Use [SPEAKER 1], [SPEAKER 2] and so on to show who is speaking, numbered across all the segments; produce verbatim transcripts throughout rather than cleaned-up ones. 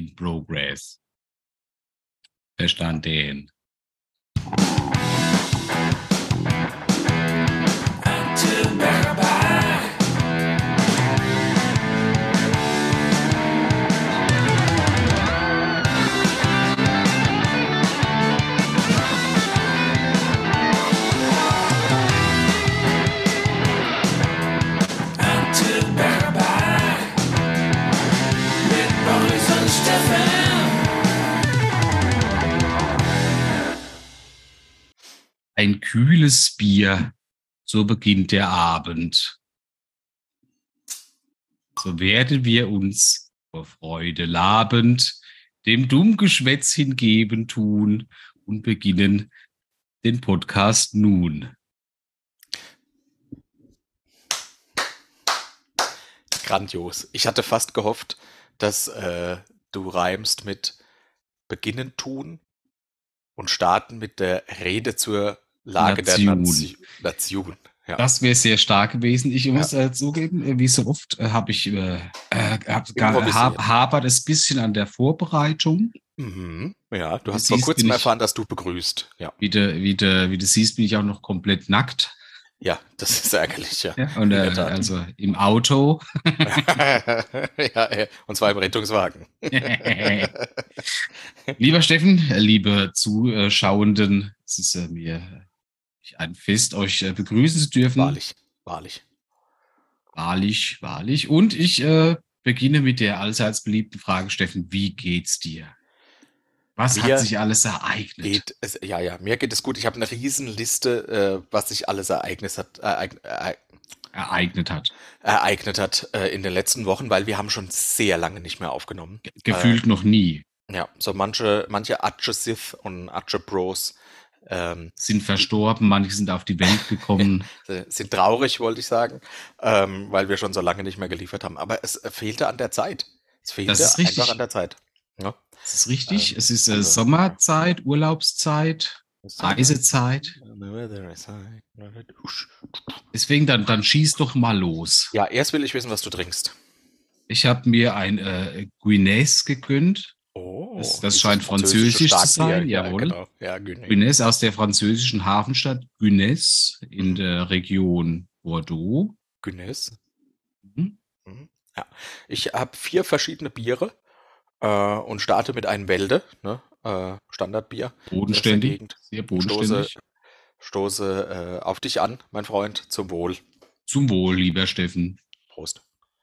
[SPEAKER 1] in progress. Verstanden. Ein kühles Bier, so beginnt der Abend. So werden wir uns vor Freude labend dem Dummgeschwätz hingeben tun und beginnen den Podcast nun.
[SPEAKER 2] Grandios. Ich hatte fast gehofft, dass äh, du reimst mit beginnen tun und starten mit der Rede zur Lage
[SPEAKER 1] Nation.
[SPEAKER 2] der Nation. Nation. Ja.
[SPEAKER 1] Das wäre sehr stark gewesen. Ich muss
[SPEAKER 2] Ja.
[SPEAKER 1] äh, zugeben, äh, wie so oft äh, habe ich äh, äh, hab,
[SPEAKER 2] Improvisiert.
[SPEAKER 1] hab, hapert es ein bisschen an der Vorbereitung.
[SPEAKER 2] Mhm. Ja, du
[SPEAKER 1] Wie
[SPEAKER 2] hast
[SPEAKER 1] du
[SPEAKER 2] vor
[SPEAKER 1] siehst,
[SPEAKER 2] kurzem
[SPEAKER 1] bin ich-
[SPEAKER 2] erfahren, dass du begrüßt. Ja,
[SPEAKER 1] Wie du, wie, du, wie du siehst, bin ich auch noch komplett nackt.
[SPEAKER 2] ja, das ist ärgerlich, ja.
[SPEAKER 1] Ja? Und
[SPEAKER 2] In
[SPEAKER 1] äh,
[SPEAKER 2] der Tat.
[SPEAKER 1] also im Auto.
[SPEAKER 2] ja, ja, und zwar im Rettungswagen.
[SPEAKER 1] Lieber Steffen, äh, liebe Zuschauenden, es ist äh, mir ein Fest, euch äh, begrüßen zu dürfen.
[SPEAKER 2] Wahrlich, wahrlich.
[SPEAKER 1] Wahrlich, wahrlich. Und ich äh, beginne mit der allseits beliebten Frage, Steffen, wie geht's dir? Was
[SPEAKER 2] Mir
[SPEAKER 1] hat sich alles ereignet?
[SPEAKER 2] Geht es, ja, ja, mir geht es gut. Ich habe eine Riesenliste, äh, was sich alles ereignet hat, ereign, ereign,
[SPEAKER 1] Ereignet hat.
[SPEAKER 2] ereignet hat äh, in den letzten Wochen, weil wir haben schon sehr lange nicht mehr aufgenommen.
[SPEAKER 1] Ge- Gefühlt noch nie.
[SPEAKER 2] Ja, so manche, manche Atche Sith und Atche Bros ähm,
[SPEAKER 1] Sind verstorben, manche sind auf die Welt gekommen.
[SPEAKER 2] sind traurig, wollte ich sagen, ähm, weil wir schon so lange nicht mehr geliefert haben. Aber es äh, fehlte an der Zeit. Es fehlte
[SPEAKER 1] Das ist richtig.
[SPEAKER 2] einfach an der Zeit. Ja.
[SPEAKER 1] Das ist richtig.
[SPEAKER 2] Ähm,
[SPEAKER 1] es ist äh,
[SPEAKER 2] also-
[SPEAKER 1] Sommerzeit, Urlaubszeit, Reisezeit. Deswegen dann, dann schieß doch mal los.
[SPEAKER 2] Ja, erst will ich wissen, was du trinkst.
[SPEAKER 1] Ich habe mir ein äh, Guinness gegönnt.
[SPEAKER 2] Oh,
[SPEAKER 1] Das- das
[SPEAKER 2] dieses
[SPEAKER 1] scheint französisch zu
[SPEAKER 2] französische
[SPEAKER 1] sein,
[SPEAKER 2] Starkbier.
[SPEAKER 1] jawohl.
[SPEAKER 2] Ja, genau. Ja, Guinness.
[SPEAKER 1] Guinness aus der französischen Hafenstadt Guinness in
[SPEAKER 2] Mhm.
[SPEAKER 1] der Region Bordeaux.
[SPEAKER 2] Guinness.
[SPEAKER 1] Mhm.
[SPEAKER 2] Mhm. Ja. Ich habe vier verschiedene Biere äh, und starte mit einem Wälde, ne? äh, Standardbier.
[SPEAKER 1] Bodenständig,
[SPEAKER 2] Gegend.
[SPEAKER 1] sehr
[SPEAKER 2] Stoße,
[SPEAKER 1] bodenständig.
[SPEAKER 2] stoße äh, auf dich an, mein Freund, zum Wohl.
[SPEAKER 1] Zum Wohl, lieber Steffen.
[SPEAKER 2] Prost.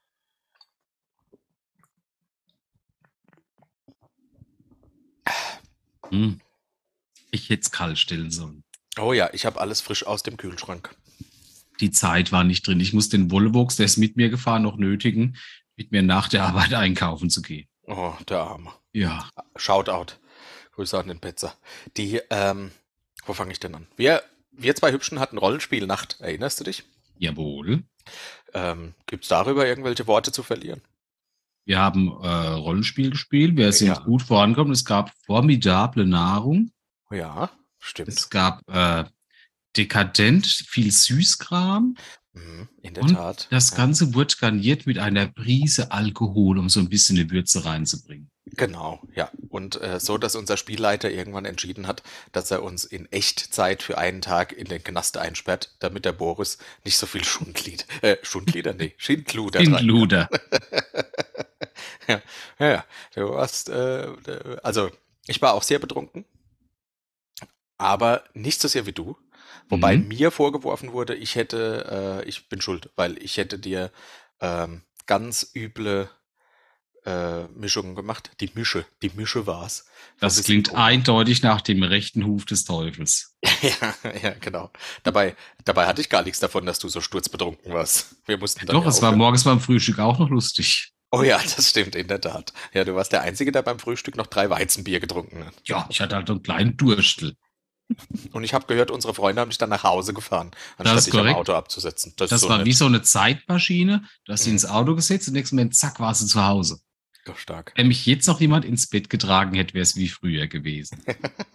[SPEAKER 1] Hm. Ich hätte es kalt stellen sollen.
[SPEAKER 2] Oh ja, ich habe alles frisch aus dem Kühlschrank.
[SPEAKER 1] Die Zeit war nicht drin. Ich muss den Volvox, der ist mit mir gefahren, noch nötigen, mit mir nach der Arbeit einkaufen zu gehen.
[SPEAKER 2] Oh, der Arme.
[SPEAKER 1] Ja,
[SPEAKER 2] Shoutout. Grüße an den Petzer. Die, ähm, wo fange ich denn an? Wir, wir zwei Hübschen hatten Rollenspielnacht. Erinnerst du dich?
[SPEAKER 1] jawohl.
[SPEAKER 2] Ähm, Gibt es darüber irgendwelche Worte zu verlieren?
[SPEAKER 1] Wir haben äh, Rollenspiel gespielt. Wir sind
[SPEAKER 2] Ja.
[SPEAKER 1] gut vorangekommen. Es gab formidable Nahrung.
[SPEAKER 2] Ja, stimmt.
[SPEAKER 1] Es gab äh, dekadent viel Süßkram.
[SPEAKER 2] Mhm, in der
[SPEAKER 1] Und
[SPEAKER 2] Tat.
[SPEAKER 1] das
[SPEAKER 2] Ja.
[SPEAKER 1] Ganze wird garniert mit einer Prise Alkohol, um so ein bisschen eine Würze reinzubringen.
[SPEAKER 2] Genau, ja. Und äh, so, dass unser Spielleiter irgendwann entschieden hat, dass er uns in Echtzeit für einen Tag in den Knast einsperrt, damit der Boris nicht so viel Schundlied, äh, Schundlieder, nee, Schindluder treiben kann.
[SPEAKER 1] Schindluder.
[SPEAKER 2] Ja, ja, ja. Du hast, äh, äh, also ich war auch sehr betrunken, aber nicht so sehr wie du. Wobei
[SPEAKER 1] Mhm.
[SPEAKER 2] mir vorgeworfen wurde, ich hätte, äh, ich bin schuld, weil ich hätte dir ähm, ganz üble äh, Mischungen gemacht. Die Mische, die Mische war's.
[SPEAKER 1] Das
[SPEAKER 2] Von
[SPEAKER 1] klingt
[SPEAKER 2] Whisky
[SPEAKER 1] eindeutig nach dem rechten Huf des Teufels.
[SPEAKER 2] ja, ja, genau. Dabei, dabei hatte ich gar nichts davon, dass du so sturzbetrunken warst. Wir mussten dann
[SPEAKER 1] Doch,
[SPEAKER 2] ja
[SPEAKER 1] es war
[SPEAKER 2] aufhören.
[SPEAKER 1] morgens beim Frühstück auch noch lustig.
[SPEAKER 2] Oh ja, das stimmt, in der Tat. Ja, du warst der Einzige, der beim Frühstück noch drei Weizenbier getrunken hat.
[SPEAKER 1] Ja, ich hatte halt einen kleinen Durstel.
[SPEAKER 2] Und ich habe gehört, unsere Freunde haben dich dann nach Hause gefahren, anstatt
[SPEAKER 1] ist
[SPEAKER 2] dich am
[SPEAKER 1] korrekt.
[SPEAKER 2] Auto abzusetzen. Das,
[SPEAKER 1] Das
[SPEAKER 2] ist so
[SPEAKER 1] war
[SPEAKER 2] nett.
[SPEAKER 1] wie so eine Zeitmaschine. Du hast sie
[SPEAKER 2] Mhm.
[SPEAKER 1] ins Auto gesetzt und im nächsten Moment, zack, warst du zu Hause.
[SPEAKER 2] Doch stark.
[SPEAKER 1] Wenn mich jetzt noch jemand ins Bett getragen hätte, wäre es wie früher gewesen.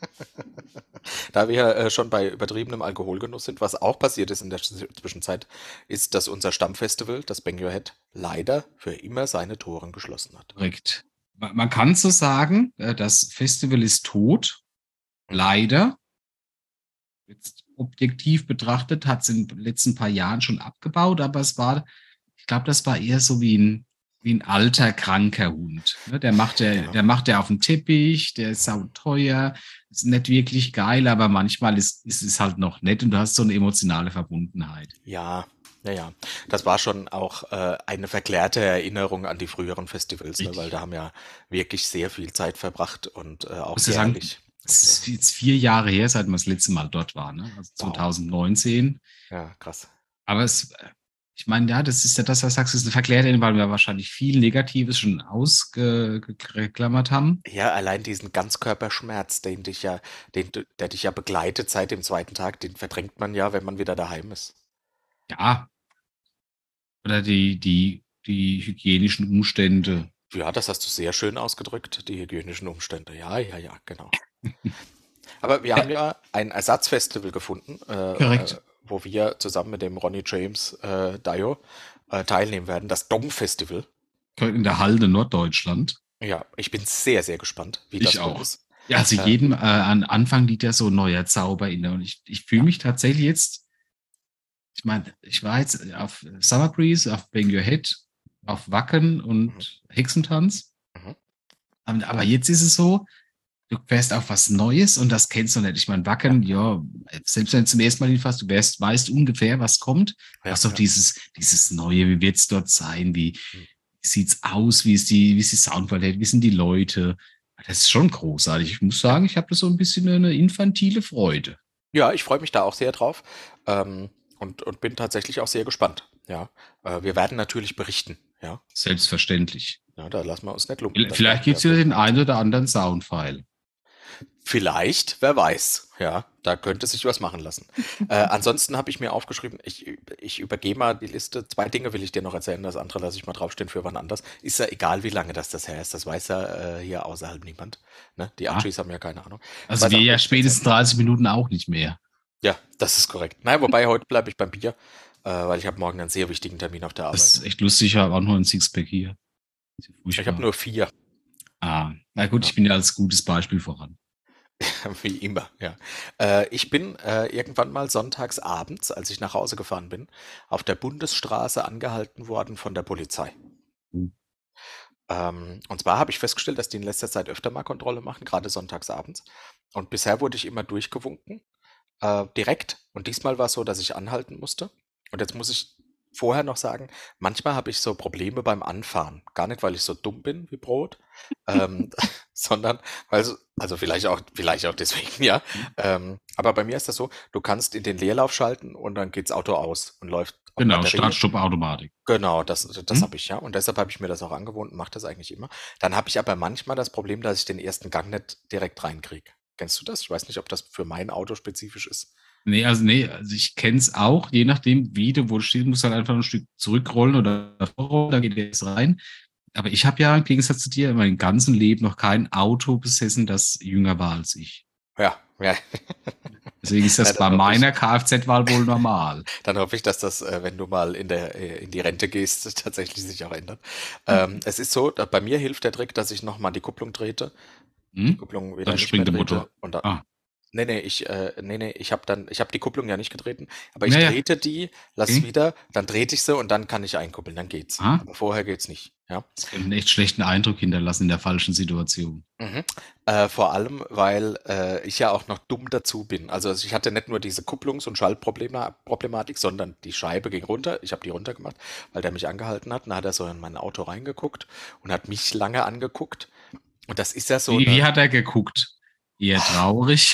[SPEAKER 2] Da wir äh, schon bei übertriebenem Alkoholgenuss sind, was auch passiert ist in der Zwischenzeit, ist, dass unser Stammfestival, das Bang Your Head, leider für immer seine Toren geschlossen hat.
[SPEAKER 1] Korrekt. Man man kann so sagen, äh, das Festival ist tot.
[SPEAKER 2] Mhm.
[SPEAKER 1] Leider. Jetzt objektiv betrachtet hat es in den letzten paar Jahren schon abgebaut, aber es war ich glaube, das war eher so wie ein wie 'n alter, kranker Hund, ne? Der macht der
[SPEAKER 2] Ja.
[SPEAKER 1] der macht der aufm Teppich, der ist
[SPEAKER 2] Mhm.
[SPEAKER 1] sauteuer, ist nicht wirklich geil, aber manchmal ist ist es halt noch nett und du hast so 'ne emotionale Verbundenheit.
[SPEAKER 2] Ja, ja, ja. Das war schon auch äh, eine verklärte Erinnerung an die früheren Festivals, ne? Weil
[SPEAKER 1] Richtig.
[SPEAKER 2] da haben ja wirklich sehr viel Zeit verbracht und äh, auch
[SPEAKER 1] Muss ja sagen,
[SPEAKER 2] jährlich.
[SPEAKER 1] es
[SPEAKER 2] Und äh,
[SPEAKER 1] ist jetzt vier Jahre her, seit wir das letzte Mal dort waren, ne? Also
[SPEAKER 2] wow.
[SPEAKER 1] zweitausendneunzehn.
[SPEAKER 2] Ja, krass.
[SPEAKER 1] Aber es äh, ich meine, ja, das ist ja das, was du sagst, ist 'ne verklärte Erinnerung, weil wir wahrscheinlich viel Negatives schon ausge ge geklammert haben.
[SPEAKER 2] Ja, allein diesen Ganzkörperschmerz, den dich ja, den du, der dich ja begleitet seit dem zweiten Tag, den verdrängt man ja, wenn man wieder daheim ist.
[SPEAKER 1] Ja, oder die die die hygienischen Umstände.
[SPEAKER 2] Ja, das hast du sehr schön ausgedrückt, die hygienischen Umstände. Ja, ja, ja, genau. Aber wir haben
[SPEAKER 1] Ja,
[SPEAKER 2] ja ein Ersatzfestival gefunden, äh, äh,
[SPEAKER 1] korrekt.
[SPEAKER 2] wo wir zusammen mit dem Ronnie James äh, Dio äh, teilnehmen werden, das Dom Festival.
[SPEAKER 1] Korrekt, in der Halde Norddeutschland.
[SPEAKER 2] Ja, ich bin sehr, sehr gespannt, wie
[SPEAKER 1] Ich
[SPEAKER 2] das wohl
[SPEAKER 1] auch.
[SPEAKER 2] ist.
[SPEAKER 1] Ja, also
[SPEAKER 2] Äh,
[SPEAKER 1] jedem äh, an Anfang liegt ja so 'n neuer Zauber inne und ich ich fühle
[SPEAKER 2] ja.
[SPEAKER 1] mich tatsächlich jetzt ich meine, ich war jetzt auf Summer Breeze, auf Bang Your Head, auf Wacken
[SPEAKER 2] Mhm.
[SPEAKER 1] und Hexentanz.
[SPEAKER 2] Mhm.
[SPEAKER 1] Aber aber jetzt ist es so, du fährst auf was Neues und das kennst du nicht. Ich meine,
[SPEAKER 2] Ja,
[SPEAKER 1] Wacken, ja, selbst wenn du zum ersten Mal hinfährst, du weißt, weißt ungefähr, was kommt. Du
[SPEAKER 2] ja,
[SPEAKER 1] hast doch
[SPEAKER 2] ja.
[SPEAKER 1] dieses, dieses Neue, wie wird es dort sein, wie,
[SPEAKER 2] Mhm.
[SPEAKER 1] wie sieht es aus, wie ist die, wie ist die Soundqualität, wie sind die Leute. Das ist schon großartig. Ich muss
[SPEAKER 2] Ja.
[SPEAKER 1] sagen, ich habe da so ein bisschen eine infantile Freude.
[SPEAKER 2] Ja, ich freue mich da auch sehr drauf, ähm, und, und bin tatsächlich auch sehr gespannt. Ja, äh, wir werden natürlich berichten. Ja,
[SPEAKER 1] Selbstverständlich.
[SPEAKER 2] ja, da lassen wir uns nicht lumpen. Das
[SPEAKER 1] Vielleicht
[SPEAKER 2] werden wir
[SPEAKER 1] gibt es
[SPEAKER 2] auf
[SPEAKER 1] wieder
[SPEAKER 2] jeden
[SPEAKER 1] den
[SPEAKER 2] Fall.
[SPEAKER 1] einen oder anderen Soundfile.
[SPEAKER 2] Vielleicht, wer weiß. Ja, da könnte sich was machen lassen. Äh, ansonsten habe ich mir aufgeschrieben, ich, ich übergehe mal die Liste. Zwei Dinge will ich dir noch erzählen, das andere lasse ich mal draufstehen für wann anders. Ist ja egal, wie lange das das her ist. Das weiß ja äh, hier außerhalb niemand. Ne? Die
[SPEAKER 1] Ja.
[SPEAKER 2] Archies haben ja keine Ahnung.
[SPEAKER 1] Also
[SPEAKER 2] Zwei
[SPEAKER 1] wir
[SPEAKER 2] Sachen will
[SPEAKER 1] ja
[SPEAKER 2] ich dir erzählen.
[SPEAKER 1] spätestens dreißig Minuten auch nicht mehr.
[SPEAKER 2] Ja, das ist korrekt. Naja, wobei heute bleibe ich beim Bier, äh, weil ich habe morgen einen sehr wichtigen Termin auf der
[SPEAKER 1] Das
[SPEAKER 2] Arbeit.
[SPEAKER 1] ist echt lustig, ich habe auch nur ein Sixpack hier. Das ist ja
[SPEAKER 2] Ich habe
[SPEAKER 1] furchtbar.
[SPEAKER 2] nur vier.
[SPEAKER 1] Ah, na gut,
[SPEAKER 2] Ja.
[SPEAKER 1] ich bin ja als gutes Beispiel voran.
[SPEAKER 2] Wie immer, ja. Äh, ich bin äh, irgendwann mal sonntags abends, als ich nach Hause gefahren bin, auf der Bundesstraße angehalten worden von der Polizei.
[SPEAKER 1] Uh,
[SPEAKER 2] Ähm, und zwar habe ich festgestellt, dass die in letzter Zeit öfter mal Kontrolle machen, gerade sonntags abends. Und bisher wurde ich immer durchgewunken, äh, direkt. Und diesmal war es so, dass ich anhalten musste. Und jetzt muss ich vorher noch sagen, manchmal habe ich so Probleme beim Anfahren. Gar nicht, weil ich so dumm bin wie Brot, ähm, sondern weil so, also vielleicht auch, vielleicht auch deswegen, ja. Ähm, aber bei mir ist das so, du kannst in den Leerlauf schalten und dann geht's Auto aus und läuft auf
[SPEAKER 1] Genau,
[SPEAKER 2] Batterie.
[SPEAKER 1] Start-Stopp-Automatik.
[SPEAKER 2] Genau, das, das
[SPEAKER 1] Hm?
[SPEAKER 2] habe ich ja. Und deshalb habe ich mir das auch angewohnt und mache das eigentlich immer. Dann habe ich aber manchmal das Problem, dass ich den ersten Gang nicht direkt reinkriege. Kennst du das? Ich weiß nicht, ob das für mein Auto spezifisch ist.
[SPEAKER 1] Nee, also nee, also ich kenne es auch, je nachdem, wie du, wo du stehst, musst du halt einfach ein Stück zurückrollen oder vorrollen, dann geht der jetzt rein. Aber ich habe ja im Gegensatz zu dir in meinem ganzen Leben noch kein Auto besessen, das jünger war als ich.
[SPEAKER 2] Ja, ja.
[SPEAKER 1] Deswegen ist
[SPEAKER 2] Na,
[SPEAKER 1] das
[SPEAKER 2] dann
[SPEAKER 1] bei
[SPEAKER 2] hoffe ich,
[SPEAKER 1] meiner Kfz-Wahl wohl normal.
[SPEAKER 2] dann hoffe ich, dass das, äh, wenn du mal in der, äh, in die Rente gehst, tatsächlich sich auch ändert. Ähm, es ist so, da, bei mir hilft der Trick, dass ich nochmal die Kupplung trete, die
[SPEAKER 1] Hm?
[SPEAKER 2] Kupplung wieder
[SPEAKER 1] Dann
[SPEAKER 2] nicht mehr
[SPEAKER 1] springt der
[SPEAKER 2] trete
[SPEAKER 1] Motor.
[SPEAKER 2] und dann,
[SPEAKER 1] Ah,
[SPEAKER 2] nee, nee, ich, äh, nee, nee, ich habe dann, ich habe die Kupplung ja nicht getreten, aber ich
[SPEAKER 1] naja,
[SPEAKER 2] trete die, lass
[SPEAKER 1] okay.
[SPEAKER 2] wieder, dann trete ich sie und dann kann ich einkuppeln, dann geht's.
[SPEAKER 1] Ah,
[SPEAKER 2] Aber vorher geht's nicht, ja.
[SPEAKER 1] das könnte einen echt schlechten Eindruck hinterlassen in der falschen Situation.
[SPEAKER 2] Mhm. Äh, vor allem, weil äh, ich ja auch noch dumm dazu bin. Also ich hatte nicht nur diese Kupplungs- und Schaltproblematik, sondern die Scheibe ging runter. Ich habe die runtergemacht, weil der mich angehalten hat. Dann hat er so in mein Auto reingeguckt und hat mich lange angeguckt. Und das ist ja so
[SPEAKER 1] Wie, wie
[SPEAKER 2] eine,
[SPEAKER 1] hat er geguckt? Eher traurig.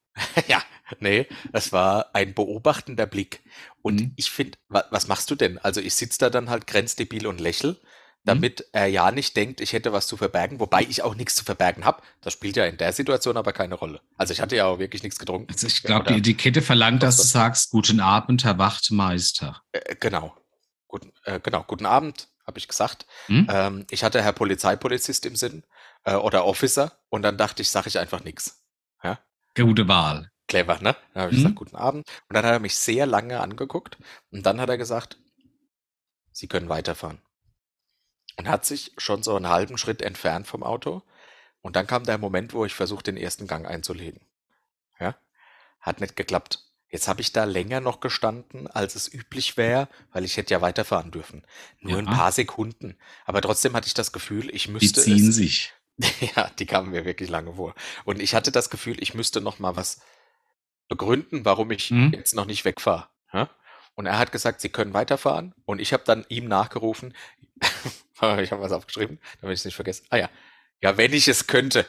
[SPEAKER 2] ja, nee, es war ein beobachtender Blick. Und
[SPEAKER 1] Hm?
[SPEAKER 2] ich finde, wa was machst du denn? Also ich sitze da dann halt grenzdebil und lächel,
[SPEAKER 1] Hm?
[SPEAKER 2] damit er ja nicht denkt, ich hätte was zu verbergen, wobei ich auch nichts zu verbergen habe. Das spielt ja in der Situation aber keine Rolle. Also ich hatte ja auch wirklich nichts getrunken.
[SPEAKER 1] Also ich glaube, die
[SPEAKER 2] Oder
[SPEAKER 1] Etikette verlangt, dass du
[SPEAKER 2] sonst
[SPEAKER 1] sagst, guten Abend, Herr Wachtmeister.
[SPEAKER 2] Äh, genau. Guten, äh, genau, guten Abend, habe ich gesagt.
[SPEAKER 1] Hm?
[SPEAKER 2] Ähm, ich hatte Herr Polizeipolizist im Sinn, äh, oder Officer, und dann dachte ich, sage ich einfach nichts. Ja?
[SPEAKER 1] Gute Wahl.
[SPEAKER 2] Clever, ne? Dann habe ich gesagt,
[SPEAKER 1] Hm?
[SPEAKER 2] guten Abend. Und dann hat er mich sehr lange angeguckt und dann hat er gesagt, Sie können weiterfahren. und hat sich schon so einen halben Schritt entfernt vom Auto. Und dann kam der Moment, wo ich versucht, den ersten Gang einzulegen. Ja, hat nicht geklappt. Jetzt habe ich da länger noch gestanden, als es üblich wäre, weil ich hätte ja weiterfahren dürfen. Nur ein
[SPEAKER 1] Ja,
[SPEAKER 2] paar Sekunden. Aber trotzdem hatte ich das Gefühl, ich
[SPEAKER 1] die
[SPEAKER 2] müsste
[SPEAKER 1] ziehen
[SPEAKER 2] es.
[SPEAKER 1] sich.
[SPEAKER 2] Ja, die kamen mir wirklich lange vor. Und ich hatte das Gefühl, ich müsste noch mal was begründen, warum ich
[SPEAKER 1] Hm?
[SPEAKER 2] jetzt noch nicht wegfahre. Ja? Und er hat gesagt, Sie können weiterfahren. Und ich habe dann ihm nachgerufen, ich habe was aufgeschrieben, damit ich es nicht vergesse. Ah ja, ja, wenn ich es könnte,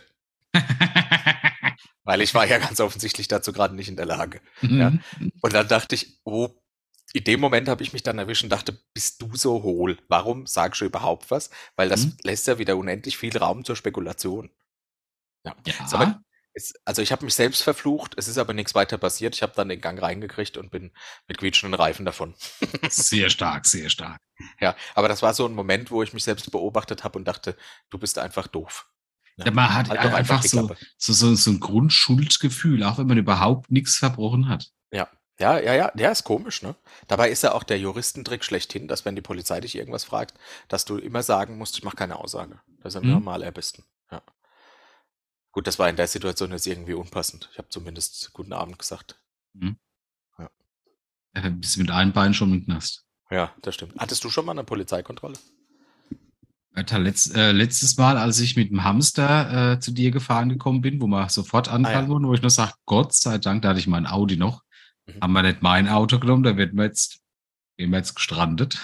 [SPEAKER 2] weil ich war ja ganz offensichtlich dazu gerade nicht in der Lage. Ja?
[SPEAKER 1] Mhm.
[SPEAKER 2] Und dann dachte ich, oh, in dem Moment habe ich mich dann erwischt und dachte, bist du so hohl? Warum sagst du überhaupt was? Weil das
[SPEAKER 1] Hm?
[SPEAKER 2] lässt ja wieder unendlich viel Raum zur Spekulation. Ja, ist aber,
[SPEAKER 1] Ja,
[SPEAKER 2] ist, also ich habe mich selbst verflucht, es ist aber nichts weiter passiert. Ich habe dann den Gang reingekriegt und bin mit quietschenden Reifen davon.
[SPEAKER 1] sehr stark, sehr stark.
[SPEAKER 2] Ja, aber das war so ein Moment, wo ich mich selbst beobachtet habe und dachte, du bist einfach doof.
[SPEAKER 1] Ja,
[SPEAKER 2] Ja,
[SPEAKER 1] man hat
[SPEAKER 2] halt doch einfach
[SPEAKER 1] einfach
[SPEAKER 2] die
[SPEAKER 1] so,
[SPEAKER 2] Klappe.
[SPEAKER 1] so, so, so ein Grundschuldgefühl, auch wenn man überhaupt nichts verbrochen hat.
[SPEAKER 2] Ja, ja, ja, ja, der ist komisch, ne? Dabei ist ja auch der Juristentrick schlechthin, dass wenn die Polizei dich irgendwas fragt, dass du immer sagen musst, ich mache keine Aussage. Das ist
[SPEAKER 1] Hm?
[SPEAKER 2] am allerbesten. Ja. Gut, das war in der Situation jetzt irgendwie unpassend. Ich habe zumindest guten Abend gesagt.
[SPEAKER 1] Hm?
[SPEAKER 2] Ja.
[SPEAKER 1] Äh, bist mit einem Bein schon im Knast.
[SPEAKER 2] Ja, das stimmt. Hattest du schon mal eine Polizeikontrolle?
[SPEAKER 1] Alter, letzt, äh, letztes Mal, als ich mit dem Hamster äh, zu dir gefahren gekommen bin, wo wir sofort
[SPEAKER 2] Ah ja.
[SPEAKER 1] angehalten wurden, wo ich nur sage, Gott sei Dank, da hatte ich mein Audi noch,
[SPEAKER 2] Mhm.
[SPEAKER 1] haben wir nicht mein Auto genommen, da werden wir jetzt, werden wir jetzt gestrandet.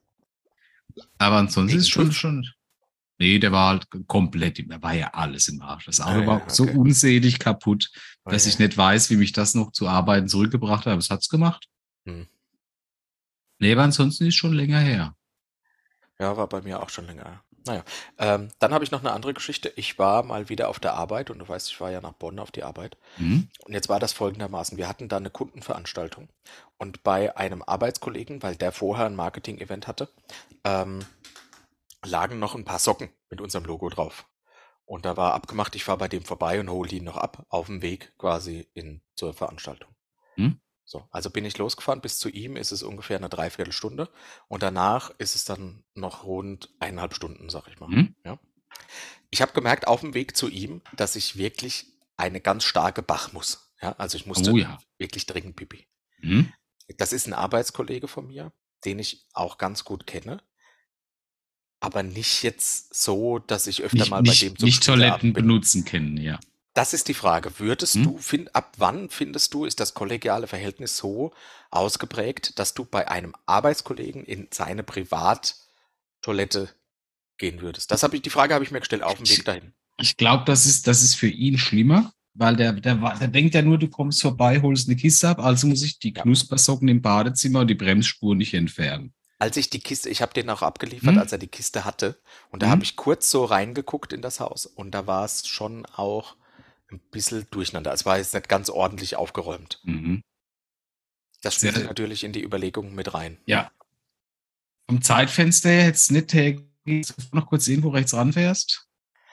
[SPEAKER 1] Aber ansonsten ist
[SPEAKER 2] Wegen
[SPEAKER 1] schon,
[SPEAKER 2] TÜV?
[SPEAKER 1] schon, nee, der war halt komplett, da war ja alles im Arsch. Das
[SPEAKER 2] Ah
[SPEAKER 1] Auto war
[SPEAKER 2] ja,
[SPEAKER 1] so
[SPEAKER 2] okay.
[SPEAKER 1] unselig kaputt,
[SPEAKER 2] Oh
[SPEAKER 1] dass ich
[SPEAKER 2] je.
[SPEAKER 1] nicht weiß, wie mich das noch zu arbeiten zurückgebracht hat, aber es hat's gemacht.
[SPEAKER 2] Hm.
[SPEAKER 1] Nee, aber ansonsten ist schon länger her.
[SPEAKER 2] Ja, war bei mir auch schon länger. Ja. Naja, ähm, dann habe ich noch eine andere Geschichte. Ich war mal wieder auf der Arbeit und du weißt, ich war ja nach Bonn auf die Arbeit.
[SPEAKER 1] Hm?
[SPEAKER 2] Und jetzt war das folgendermaßen. Wir hatten da eine Kundenveranstaltung und bei einem Arbeitskollegen, weil der vorher ein Marketing-Event hatte, ähm, lagen noch ein paar Socken mit unserem Logo drauf. Und da war abgemacht, ich fahre bei dem vorbei und hole die noch ab, auf dem Weg quasi in, zur Veranstaltung.
[SPEAKER 1] Hm?
[SPEAKER 2] So, also bin ich losgefahren, bis zu ihm ist es ungefähr eine Dreiviertelstunde und danach ist es dann noch rund eineinhalb Stunden, sag ich mal.
[SPEAKER 1] Hm?
[SPEAKER 2] Ja. Ich habe gemerkt auf dem Weg zu ihm, dass ich wirklich eine ganz starke Bach muss. Ja, also ich
[SPEAKER 1] Oh
[SPEAKER 2] musste
[SPEAKER 1] ja.
[SPEAKER 2] wirklich dringend Pipi.
[SPEAKER 1] Hm?
[SPEAKER 2] Das ist ein Arbeitskollege von mir, den ich auch ganz gut kenne, aber nicht jetzt so, dass ich öfter
[SPEAKER 1] Nicht,
[SPEAKER 2] mal bei dem
[SPEAKER 1] nicht,
[SPEAKER 2] zum
[SPEAKER 1] nicht Toiletten
[SPEAKER 2] Spieleabend bin.
[SPEAKER 1] benutzen kennen, ja.
[SPEAKER 2] Das ist die Frage. Würdest
[SPEAKER 1] Hm?
[SPEAKER 2] du, find, ab wann findest du, ist das kollegiale Verhältnis so ausgeprägt, dass du bei einem Arbeitskollegen in seine Privattoilette gehen würdest? Das habe ich, die Frage habe ich mir gestellt auf dem Weg
[SPEAKER 1] Ich,
[SPEAKER 2] dahin.
[SPEAKER 1] ich glaube, das ist, das ist für ihn schlimmer, weil der, der, wa- der denkt ja nur, du kommst vorbei, holst eine Kiste ab, also muss ich die
[SPEAKER 2] Ja.
[SPEAKER 1] Knuspersocken im Badezimmer und die Bremsspur nicht entfernen.
[SPEAKER 2] Als ich die Kiste, ich habe den auch abgeliefert,
[SPEAKER 1] Hm?
[SPEAKER 2] als er die Kiste hatte. Und da habe
[SPEAKER 1] Hm?
[SPEAKER 2] ich kurz so reingeguckt in das Haus. Und da war es schon auch ein bisschen durcheinander. Es war jetzt nicht ganz ordentlich aufgeräumt.
[SPEAKER 1] Mhm.
[SPEAKER 2] Das spielte
[SPEAKER 1] Sehr,
[SPEAKER 2] natürlich in die Überlegungen mit rein.
[SPEAKER 1] ja, vom Zeitfenster her jetzt nicht her, noch kurz irgendwo rechts ranfährst.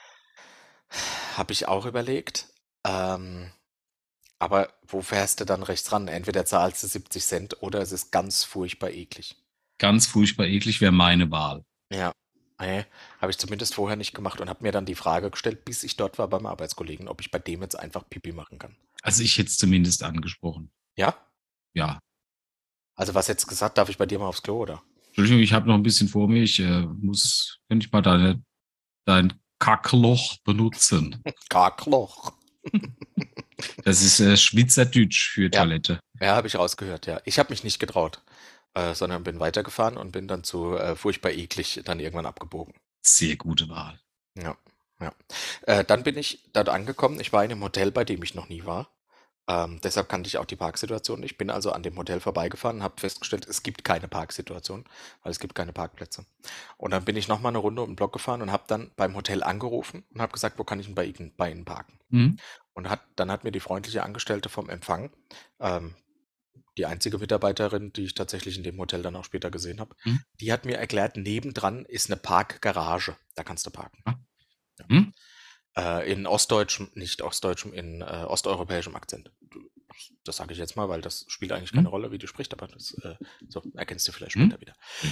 [SPEAKER 2] Habe ich auch überlegt. Ähm, aber wo fährst du dann rechts ran? Entweder zahlst du siebzig Cent oder es ist ganz furchtbar eklig.
[SPEAKER 1] Ganz furchtbar eklig wäre meine Wahl.
[SPEAKER 2] Ja, nee, habe ich zumindest vorher nicht gemacht und habe mir dann die Frage gestellt, bis ich dort war beim Arbeitskollegen, ob ich bei dem jetzt einfach Pipi machen kann.
[SPEAKER 1] Also ich hätte es zumindest angesprochen.
[SPEAKER 2] Ja?
[SPEAKER 1] Ja.
[SPEAKER 2] Also was jetzt gesagt, darf ich bei dir mal aufs Klo, oder?
[SPEAKER 1] Entschuldigung, ich habe noch ein bisschen vor mir. Ich äh, muss, könnte ich mal deine, dein Kackloch benutzen.
[SPEAKER 2] Karkloch.
[SPEAKER 1] Das ist äh, Schweizerdeutsch für
[SPEAKER 2] Ja,
[SPEAKER 1] Toilette.
[SPEAKER 2] ja, habe ich rausgehört, ja. Ich habe mich nicht getraut, äh, sondern bin weitergefahren und bin dann zu äh, furchtbar eklig dann irgendwann abgebogen.
[SPEAKER 1] Sehr gute Wahl.
[SPEAKER 2] Ja, ja. Äh, dann bin ich dort angekommen. Ich war in einem Hotel, bei dem ich noch nie war. Ähm, deshalb kannte ich auch die Parksituation nicht. Bin also an dem Hotel vorbeigefahren und habe festgestellt, es gibt keine Parksituation, weil es gibt keine Parkplätze. Und dann bin ich nochmal eine Runde um den Block gefahren und habe dann beim Hotel angerufen und habe gesagt, wo kann ich denn bei Ihnen, bei Ihnen parken?
[SPEAKER 1] Hm?
[SPEAKER 2] Und hat, dann hat mir die freundliche Angestellte vom Empfang, ähm, die einzige Mitarbeiterin, die ich tatsächlich in dem Hotel dann auch später gesehen habe,
[SPEAKER 1] Hm?
[SPEAKER 2] die hat mir erklärt, nebendran ist eine Parkgarage. Da kannst du parken.
[SPEAKER 1] Ah. Hm?
[SPEAKER 2] Äh, in ostdeutschem, nicht ostdeutschem, in äh, osteuropäischem Akzent. Das sage ich jetzt mal, weil das spielt eigentlich keine
[SPEAKER 1] Hm?
[SPEAKER 2] Rolle, wie du sprichst, aber das äh, so erkennst du vielleicht
[SPEAKER 1] Hm?
[SPEAKER 2] später wieder.
[SPEAKER 1] Ja.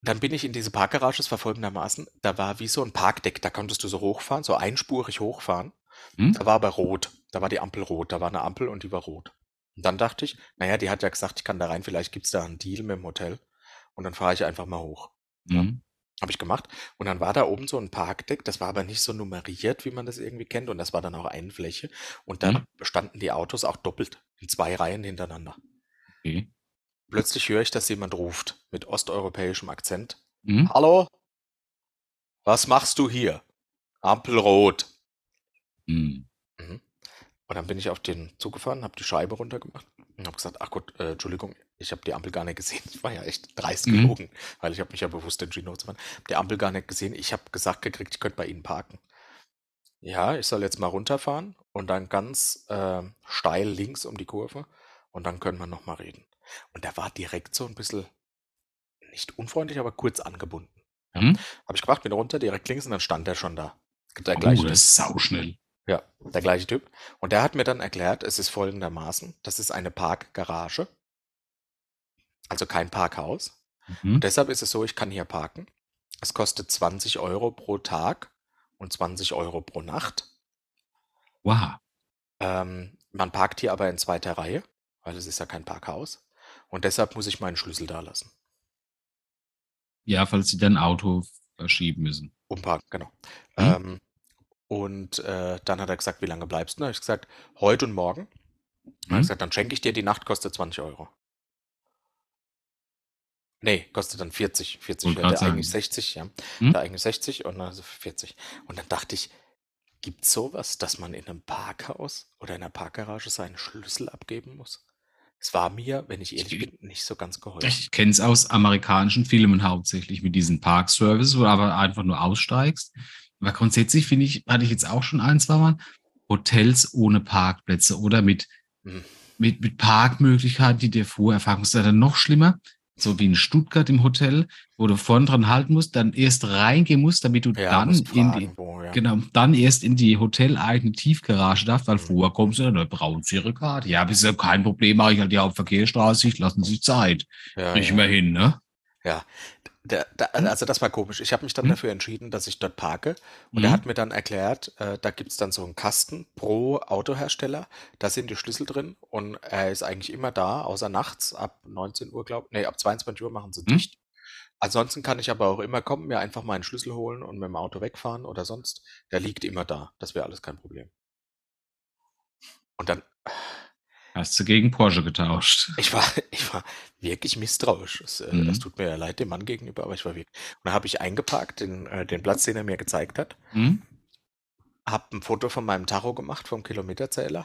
[SPEAKER 2] Dann bin ich in diese Parkgarage, es war folgendermaßen, da war wie so ein Parkdeck, da konntest du so hochfahren, so einspurig hochfahren.
[SPEAKER 1] Hm?
[SPEAKER 2] Da war aber rot, da war die Ampel rot, da war eine Ampel und die war rot. Und dann dachte ich, naja, die hat ja gesagt, ich kann da rein, vielleicht gibt's da einen Deal mit dem Hotel. Und dann fahre ich einfach mal hoch. Ja,
[SPEAKER 1] Hm?
[SPEAKER 2] habe ich gemacht. Und dann war da oben so ein Parkdeck, das war aber nicht so nummeriert, wie man das irgendwie kennt. Und das war dann auch eine Fläche. Und da
[SPEAKER 1] Hm?
[SPEAKER 2] standen die Autos auch doppelt in zwei Reihen hintereinander.
[SPEAKER 1] Okay.
[SPEAKER 2] Plötzlich höre ich, dass jemand ruft mit osteuropäischem Akzent.
[SPEAKER 1] Hm?
[SPEAKER 2] Hallo, was machst du hier? Ampel rot.
[SPEAKER 1] Hm.
[SPEAKER 2] Mhm. Und dann bin ich auf den Zug gefahren, habe die Scheibe runtergemacht und habe gesagt, ach gut, äh, Entschuldigung, ich habe die Ampel gar nicht gesehen. Ich war ja echt dreist
[SPEAKER 1] Hm?
[SPEAKER 2] gelogen, weil ich habe mich ja bewusst entschieden, hochzufahren. Hab die Ampel gar nicht gesehen. Ich habe gesagt gekriegt, ich könnte bei Ihnen parken. Ja, ich soll jetzt mal runterfahren und dann ganz äh, steil links um die Kurve und dann können wir noch mal reden. Und der war direkt so ein bisschen, nicht unfreundlich, aber kurz angebunden. Ja,
[SPEAKER 1] Hm?
[SPEAKER 2] habe ich gemacht, bin runter, direkt links und dann stand er schon da. Der
[SPEAKER 1] Oh,
[SPEAKER 2] gleiche
[SPEAKER 1] das
[SPEAKER 2] Typ.
[SPEAKER 1] ist sauschnell.
[SPEAKER 2] Ja, der gleiche Typ. Und der hat mir dann erklärt, es ist folgendermaßen, das ist eine Parkgarage, also kein Parkhaus.
[SPEAKER 1] Mhm.
[SPEAKER 2] Und deshalb ist es so, ich kann hier parken. Es kostet zwanzig Euro pro Tag und zwanzig Euro pro Nacht.
[SPEAKER 1] Wow.
[SPEAKER 2] Ähm, man parkt hier aber in zweiter Reihe, weil es ist ja kein Parkhaus. Und deshalb muss ich meinen Schlüssel da lassen.
[SPEAKER 1] Ja, falls sie dein Auto verschieben müssen.
[SPEAKER 2] Umparken, genau.
[SPEAKER 1] Hm?
[SPEAKER 2] Ähm, und äh, dann hat er gesagt, wie lange bleibst du? Dann habe ich gesagt, heute und morgen. Dann hat er
[SPEAKER 1] Hm?
[SPEAKER 2] gesagt, dann schenke ich dir, die Nacht kostet zwanzig Euro. Nee, kostet dann vierzig. vierzig
[SPEAKER 1] Wollte
[SPEAKER 2] wäre
[SPEAKER 1] gerade
[SPEAKER 2] der eigentlich
[SPEAKER 1] sagen.
[SPEAKER 2] sechzig, ja.
[SPEAKER 1] Hm?
[SPEAKER 2] Der eigentlich sechzig und dann also vierzig. Und dann dachte ich, gibt's sowas, dass man in einem Parkhaus oder in einer Parkgarage seinen Schlüssel abgeben muss? Es war mir, wenn ich ehrlich
[SPEAKER 1] Ich,
[SPEAKER 2] bin, nicht so ganz geholfen.
[SPEAKER 1] ich kenne es aus amerikanischen Filmen hauptsächlich mit diesen Parkservice, wo du aber einfach nur aussteigst. Aber grundsätzlich finde ich, hatte ich jetzt auch schon ein, zwei Mal Hotels ohne Parkplätze oder mit,
[SPEAKER 2] Hm.
[SPEAKER 1] mit, mit Parkmöglichkeiten, die dir vorher fahren musst. Dann noch schlimmer, so wie in Stuttgart im Hotel, wo du vorne dran halten musst, dann erst reingehen musst, damit du
[SPEAKER 2] Ja,
[SPEAKER 1] dann
[SPEAKER 2] musst
[SPEAKER 1] in
[SPEAKER 2] fragen,
[SPEAKER 1] die,
[SPEAKER 2] wo, ja.
[SPEAKER 1] genau, dann erst in die hoteleigene Tiefgarage darfst, weil
[SPEAKER 2] Hm.
[SPEAKER 1] vorher kommst du, dann brauchen sie ihre Karte. Ja, ist ja kein Problem, mache ich halt die Hauptverkehrsstraße, ich lassen Sie Zeit.
[SPEAKER 2] Ja,
[SPEAKER 1] Krieg ich
[SPEAKER 2] ja,
[SPEAKER 1] mal hin, ne?
[SPEAKER 2] ja. Der, der, also das war komisch. Ich habe mich dann
[SPEAKER 1] Hm?
[SPEAKER 2] dafür entschieden, dass ich dort parke. Und er
[SPEAKER 1] Hm?
[SPEAKER 2] hat mir dann erklärt, äh, da gibt's dann so einen Kasten pro Autohersteller. Da sind die Schlüssel drin und er ist eigentlich immer da, außer nachts ab neunzehn Uhr, glaube ich. Nee, ab zweiundzwanzig Uhr machen sie
[SPEAKER 1] Hm?
[SPEAKER 2] dicht. Ansonsten kann ich aber auch immer kommen, mir einfach meinen Schlüssel holen und mit dem Auto wegfahren oder sonst. Der liegt immer da. Das wäre alles kein Problem. Und dann,
[SPEAKER 1] Hast du gegen Porsche getauscht.
[SPEAKER 2] ich war, ich war wirklich misstrauisch. Es, äh, es
[SPEAKER 1] Hm?
[SPEAKER 2] tut mir ja leid dem Mann gegenüber, aber ich war wirklich. Und dann habe ich eingeparkt, den, äh, den Platz, den er mir gezeigt hat.
[SPEAKER 1] Hm?
[SPEAKER 2] Hab ein Foto von meinem Tacho gemacht, vom Kilometerzähler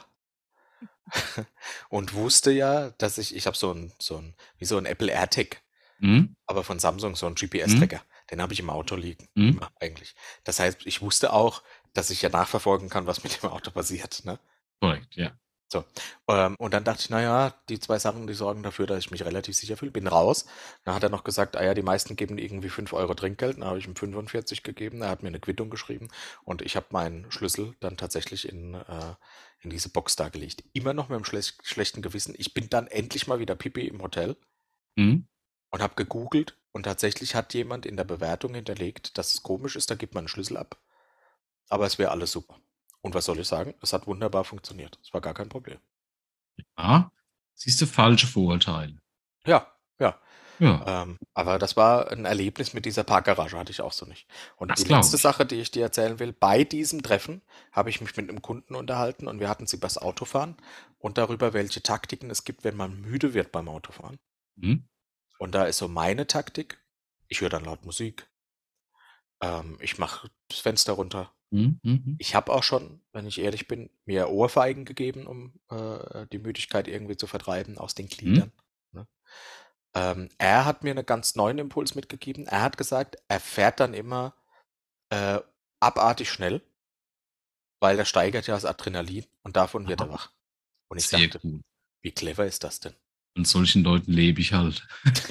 [SPEAKER 2] und wusste ja, dass ich ich habe so ein so ein wie so ein Apple AirTag,
[SPEAKER 1] Hm?
[SPEAKER 2] aber von Samsung, so ein
[SPEAKER 1] Hm?
[SPEAKER 2] G P S-Tracker. Den habe ich im Auto liegen,
[SPEAKER 1] Hm?
[SPEAKER 2] immer eigentlich. Das heißt, ich wusste auch, dass ich ja nachverfolgen kann, was mit dem Auto passiert, ne?
[SPEAKER 1] Korrekt, ja.
[SPEAKER 2] So, ähm, und dann dachte ich, na ja, die zwei Sachen, die sorgen dafür, dass ich mich relativ sicher fühle. Bin raus. Dann hat er noch gesagt, ah ja, die meisten geben irgendwie fünf Euro Trinkgeld. Dann habe ich ihm fünfundvierzig gegeben. Er hat mir eine Quittung geschrieben und ich habe meinen Schlüssel dann tatsächlich in, äh, in diese Box da gelegt. Immer noch mit einem schlech schlechten Gewissen. Ich bin dann endlich mal wieder Pipi im Hotel
[SPEAKER 1] Hm?
[SPEAKER 2] und habe gegoogelt und tatsächlich hat jemand in der Bewertung hinterlegt, dass es komisch ist, da gibt man einen Schlüssel ab. Aber es wäre alles super. Und was soll ich sagen? Es hat wunderbar funktioniert. Es war gar kein Problem.
[SPEAKER 1] Ja. Siehst du, falsche Vorurteile.
[SPEAKER 2] Ja, ja.
[SPEAKER 1] Ja,
[SPEAKER 2] Ähm, aber das war ein Erlebnis mit dieser Parkgarage, hatte ich auch so nicht. Und
[SPEAKER 1] das
[SPEAKER 2] die
[SPEAKER 1] glaube
[SPEAKER 2] letzte
[SPEAKER 1] ich.
[SPEAKER 2] Sache, die ich dir erzählen will, bei diesem Treffen habe ich mich mit einem Kunden unterhalten und wir hatten sie übers Autofahren und darüber, welche Taktiken es gibt, wenn man müde wird beim Autofahren.
[SPEAKER 1] Hm?
[SPEAKER 2] Und da ist so meine Taktik, ich höre dann laut Musik, ähm, ich mache das Fenster runter.
[SPEAKER 1] Hm? Hm? Hm?
[SPEAKER 2] Ich habe auch schon, wenn ich ehrlich bin, mir Ohrfeigen gegeben, um äh, die Müdigkeit irgendwie zu vertreiben aus den
[SPEAKER 1] Hm?
[SPEAKER 2] Gliedern. Ne? Ähm, er hat mir einen ganz neuen Impuls mitgegeben. Er hat gesagt, er fährt dann immer äh, abartig schnell, weil der steigert ja das Adrenalin und davon wird er
[SPEAKER 1] Aha,
[SPEAKER 2] wach. Und ich
[SPEAKER 1] sehr
[SPEAKER 2] dachte,
[SPEAKER 1] gut.
[SPEAKER 2] wie clever ist das denn?
[SPEAKER 1] Von solchen Leuten lebe ich halt.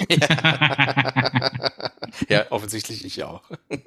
[SPEAKER 2] Ja, offensichtlich ich auch.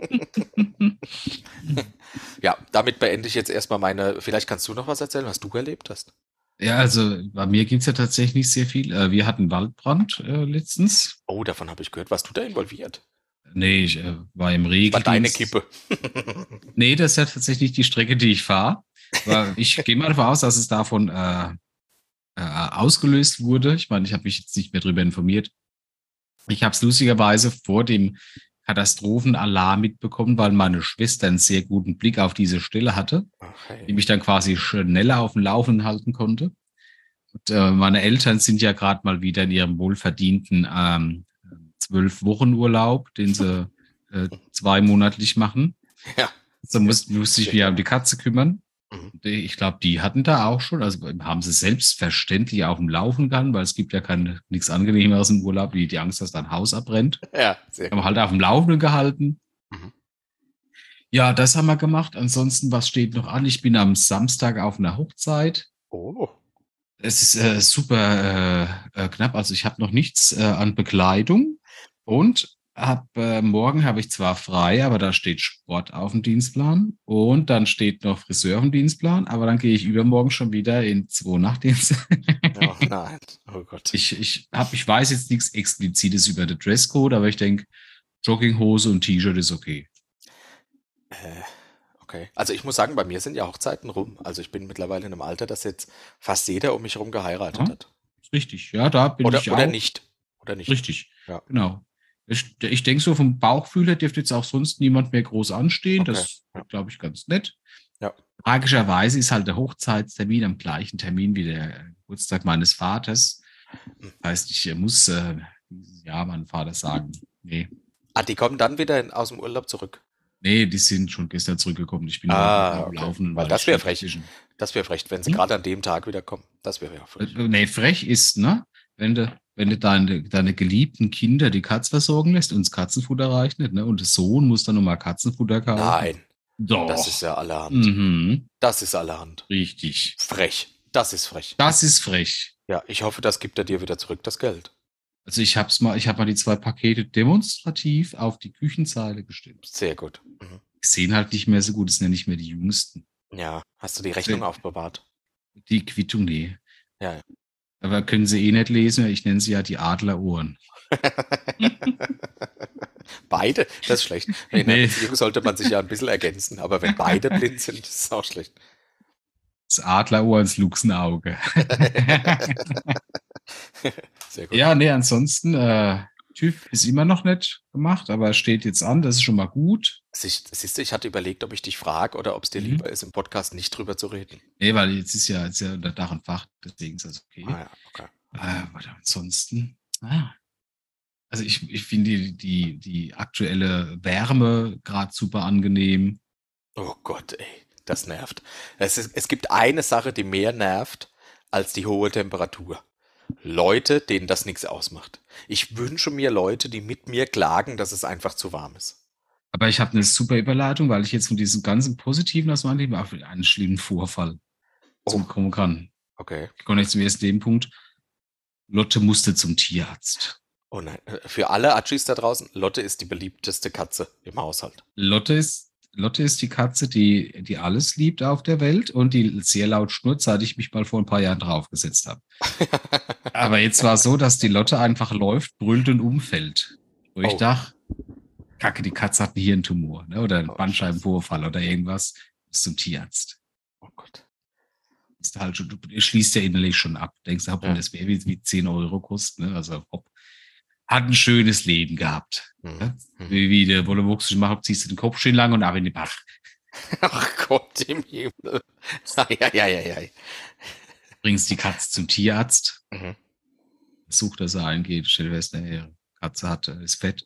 [SPEAKER 2] Ja, damit beende ich jetzt erstmal meine. Vielleicht kannst du noch was erzählen, was du erlebt hast.
[SPEAKER 1] Ja, also bei mir gibt es ja tatsächlich sehr viel. Äh, Wir hatten Waldbrand äh, letztens.
[SPEAKER 2] Oh, davon habe ich gehört. Warst du da involviert?
[SPEAKER 1] Nee, ich äh, war im
[SPEAKER 2] Das war deine
[SPEAKER 1] Regeldienst.
[SPEAKER 2] Kippe.
[SPEAKER 1] Nee, das ist ja tatsächlich die Strecke, die ich fahre. Aber ich gehe mal davon aus, dass es davon äh, äh, ausgelöst wurde. Ich meine, ich habe mich jetzt nicht mehr darüber informiert. Ich habe es lustigerweise vor dem Katastrophenalarm mitbekommen, weil meine Schwester einen sehr guten Blick auf diese Stelle hatte,
[SPEAKER 2] Ach,
[SPEAKER 1] die
[SPEAKER 2] hey.
[SPEAKER 1] mich dann quasi schneller auf dem Laufenden halten konnte. Und, äh, meine Eltern sind ja gerade mal wieder in ihrem wohlverdienten ähm, zwölf Wochen Urlaub, den sie äh, zweimonatlich machen.
[SPEAKER 2] Ja,
[SPEAKER 1] So
[SPEAKER 2] sehr,
[SPEAKER 1] muss, musste ich
[SPEAKER 2] sehr
[SPEAKER 1] mich um
[SPEAKER 2] gerne.
[SPEAKER 1] die Katze kümmern.
[SPEAKER 2] Mhm.
[SPEAKER 1] Ich glaube, die hatten da auch schon, also haben sie selbstverständlich auf dem Laufen gehabt, weil es gibt ja keine, nichts Angenehmeres im Urlaub, wie die Angst, dass dein Haus abbrennt.
[SPEAKER 2] Ja, sehr
[SPEAKER 1] Haben wir
[SPEAKER 2] gut.
[SPEAKER 1] halt auf dem Laufenden gehalten.
[SPEAKER 2] Mhm.
[SPEAKER 1] Ja, das haben wir gemacht. Ansonsten, was steht noch an? Ich bin am Samstag auf einer Hochzeit.
[SPEAKER 2] Oh,
[SPEAKER 1] Es ist äh, super äh, äh, knapp. Also ich habe noch nichts äh, an Bekleidung und hab, äh, morgen habe ich zwar frei, aber da steht Sport auf dem Dienstplan und dann steht noch Friseur auf dem Dienstplan, aber dann gehe ich übermorgen schon wieder in zwei Nachtdienste.
[SPEAKER 2] oh nein. Oh Gott.
[SPEAKER 1] ich, ich, hab, ich weiß jetzt nichts Explizites über den Dresscode, aber ich denke, Jogginghose und T-Shirt ist okay.
[SPEAKER 2] Äh, okay. Also ich muss sagen, bei mir sind ja Hochzeiten rum. Also ich bin mittlerweile in einem Alter, dass jetzt fast jeder um mich herum geheiratet
[SPEAKER 1] Ja,
[SPEAKER 2] hat.
[SPEAKER 1] ist richtig. Ja, da bin
[SPEAKER 2] Oder,
[SPEAKER 1] ich
[SPEAKER 2] oder
[SPEAKER 1] auch.
[SPEAKER 2] nicht. Oder nicht.
[SPEAKER 1] Richtig,
[SPEAKER 2] Ja,
[SPEAKER 1] genau. Ich, ich denke so vom Bauchgefühl her dürfte jetzt auch sonst niemand mehr groß anstehen.
[SPEAKER 2] okay.
[SPEAKER 1] Das
[SPEAKER 2] Ja.
[SPEAKER 1] wird, glaube ich, ganz nett.
[SPEAKER 2] Ja.
[SPEAKER 1] Tragischerweise ist halt der Hochzeitstermin am gleichen Termin wie der Geburtstag meines Vaters.
[SPEAKER 2] Hm.
[SPEAKER 1] Das heißt, ich muss äh, dieses Jahr meinem Vater sagen, nee,
[SPEAKER 2] Ah, die kommen dann wieder in, aus dem Urlaub zurück.
[SPEAKER 1] nee, die sind schon gestern zurückgekommen. Ich bin heute
[SPEAKER 2] Ah,
[SPEAKER 1] wieder am
[SPEAKER 2] okay.
[SPEAKER 1] Laufenden,
[SPEAKER 2] Weil
[SPEAKER 1] weil ich
[SPEAKER 2] das wäre
[SPEAKER 1] stehe
[SPEAKER 2] frech.
[SPEAKER 1] dazwischen.
[SPEAKER 2] Das wäre frech, wenn sie
[SPEAKER 1] Hm?
[SPEAKER 2] gerade an dem Tag wieder kommen. Das wäre ja frech.
[SPEAKER 1] Äh, Nee, frech ist, ne? Wenn du, wenn du deine, deine geliebten Kinder die Katz versorgen lässt und das Katzenfutter reicht nicht, ne? Und der Sohn muss dann nochmal Katzenfutter kaufen.
[SPEAKER 2] Nein, das ist
[SPEAKER 1] Doch.
[SPEAKER 2] ja allerhand.
[SPEAKER 1] Mhm.
[SPEAKER 2] Das ist allerhand.
[SPEAKER 1] Richtig.
[SPEAKER 2] Frech. Das ist frech.
[SPEAKER 1] Das ist frech.
[SPEAKER 2] Ja, ich hoffe, das gibt er dir wieder zurück, das Geld.
[SPEAKER 1] Also ich hab's mal, ich habe mal die zwei Pakete demonstrativ auf die Küchenzeile gestellt.
[SPEAKER 2] Sehr gut. Mhm.
[SPEAKER 1] Die sehen halt nicht mehr so gut, das sind ja nicht mehr die jüngsten.
[SPEAKER 2] Ja, hast du die Rechnung aufbewahrt?
[SPEAKER 1] Die Quittung, nee.
[SPEAKER 2] Ja, ja.
[SPEAKER 1] Aber können sie eh nicht lesen, ich nenne sie ja die Adlerohren.
[SPEAKER 2] Beide? Das ist schlecht. In einer
[SPEAKER 1] Nee.
[SPEAKER 2] Beziehung sollte man sich ja ein bisschen ergänzen, aber wenn beide blind sind, ist es auch schlecht.
[SPEAKER 1] Das Adlerohr ins Luchsenauge.
[SPEAKER 2] Sehr gut.
[SPEAKER 1] Ja, nee, ansonsten, äh, TÜV ist immer noch nicht gemacht, aber es steht jetzt an, das ist schon mal gut.
[SPEAKER 2] Siehst, siehst du, ich hatte überlegt, ob ich dich frage oder ob es dir
[SPEAKER 1] Mhm.
[SPEAKER 2] lieber ist, im Podcast nicht drüber zu reden.
[SPEAKER 1] Nee, weil jetzt ist ja, jetzt ja unter Dach und Fach, deswegen ist das okay.
[SPEAKER 2] Ah ja, okay.
[SPEAKER 1] Äh, warte, ansonsten, ah. Also ich, ich finde die, die, die aktuelle Wärme gerade super angenehm.
[SPEAKER 2] Oh Gott, ey, das nervt. Es, ist, es gibt eine Sache, die mehr nervt als die hohe Temperatur. Leute, denen das nichts ausmacht. Ich wünsche mir Leute, die mit mir klagen, dass es einfach zu warm ist.
[SPEAKER 1] Aber ich habe eine super Überleitung, weil ich jetzt von diesem ganzen Positiven aus meinem Leben auf einen schlimmen Vorfall
[SPEAKER 2] Oh,
[SPEAKER 1] zum kommen kann.
[SPEAKER 2] okay.
[SPEAKER 1] Ich komme jetzt zum ersten Punkt. Lotte musste zum Tierarzt.
[SPEAKER 2] Oh nein. Für alle Atschis da draußen, Lotte ist die beliebteste Katze im Haushalt.
[SPEAKER 1] Lotte ist, Lotte ist die Katze, die, die alles liebt auf der Welt und die sehr laut schnurrt, seit ich mich mal vor ein paar Jahren draufgesetzt habe. Aber jetzt war es so, dass die Lotte einfach läuft, brüllt und umfällt. Wo ich
[SPEAKER 2] Oh.
[SPEAKER 1] dachte, Kacke, die Katze hat einen Hirntumor, ne? Oder einen
[SPEAKER 2] Oh,
[SPEAKER 1] Bandscheibenvorfall oder irgendwas. Ist zum Tierarzt.
[SPEAKER 2] Oh Gott.
[SPEAKER 1] Ist halt schon, du schließt ja innerlich schon ab. Denkst du, hopp,
[SPEAKER 2] Ja.
[SPEAKER 1] das wäre wie, wie zehn Euro kostet, ne? Also hopp. Hat ein schönes Leben gehabt.
[SPEAKER 2] Hm.
[SPEAKER 1] Ne?
[SPEAKER 2] Hm.
[SPEAKER 1] Wie, wie der Wolle Wuchs macht, ziehst du den Kopf schön lang und ab in den Bach.
[SPEAKER 2] Ach Gott im Himmel. Ja, ja, ja, ja.
[SPEAKER 1] Bringst die Katze zum Tierarzt,
[SPEAKER 2] Mhm.
[SPEAKER 1] sucht, dass er eingeht, stellt fest, die Katze hat, ist fett.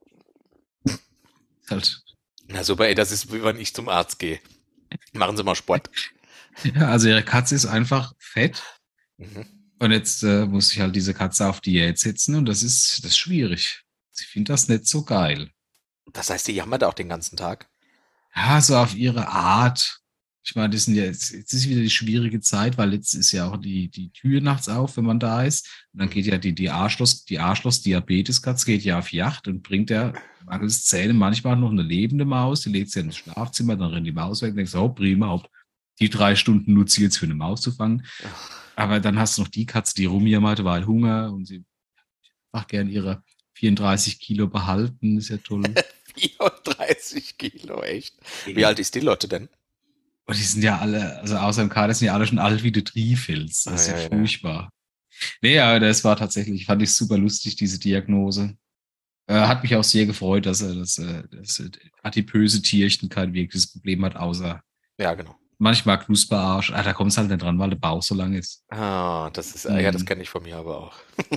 [SPEAKER 1] Ist halt,
[SPEAKER 2] Na super, ey, das ist, wie wenn ich zum Arzt gehe. Machen Sie mal Sport.
[SPEAKER 1] ja, also ihre Katze ist einfach fett.
[SPEAKER 2] Mhm.
[SPEAKER 1] Und jetzt äh, muss ich halt diese Katze auf Diät setzen und das ist, das ist schwierig. Sie findet das nicht so geil.
[SPEAKER 2] Das heißt, die jammert auch den ganzen Tag.
[SPEAKER 1] Ja, so auf ihre Art. Ich meine, das sind ja jetzt, jetzt ist wieder die schwierige Zeit, weil jetzt ist ja auch die, die Tür nachts auf, wenn man da ist. Und dann geht ja die, die Arschloch, die Arschloch-Diabetes-Katze geht ja auf Yacht und bringt ja mangels Zähne manchmal noch eine lebende Maus, die legt sie ins Schlafzimmer, dann rennt die Maus weg und denkst, oh prima, ob die drei Stunden nutze ich jetzt für eine Maus zu fangen. Aber dann hast du noch die Katze, die rumjammert, weil Hunger und sie macht gern ihre vierunddreißig Kilo behalten, ist ja toll.
[SPEAKER 2] vierunddreißig Kilo, echt? Wie alt ist die Lotte denn?
[SPEAKER 1] Und die sind ja alle, also außer im Kader sind ja alle schon alt wie der Trifels. Das ist
[SPEAKER 2] Ah,
[SPEAKER 1] ja,
[SPEAKER 2] ja, ja.
[SPEAKER 1] furchtbar. Nee, aber das war tatsächlich, fand ich super lustig, diese Diagnose. Äh, hat mich auch sehr gefreut, dass er das, äh, das äh, adipöse Tierchen kein wirkliches Problem hat, außer
[SPEAKER 2] Ja, genau.
[SPEAKER 1] manchmal Knusperarsch. Ah, da kommt es halt nicht dran, weil der Bauch so lang ist.
[SPEAKER 2] Ah, das ist, ja, das
[SPEAKER 1] Hm.
[SPEAKER 2] kenne ich von mir aber auch.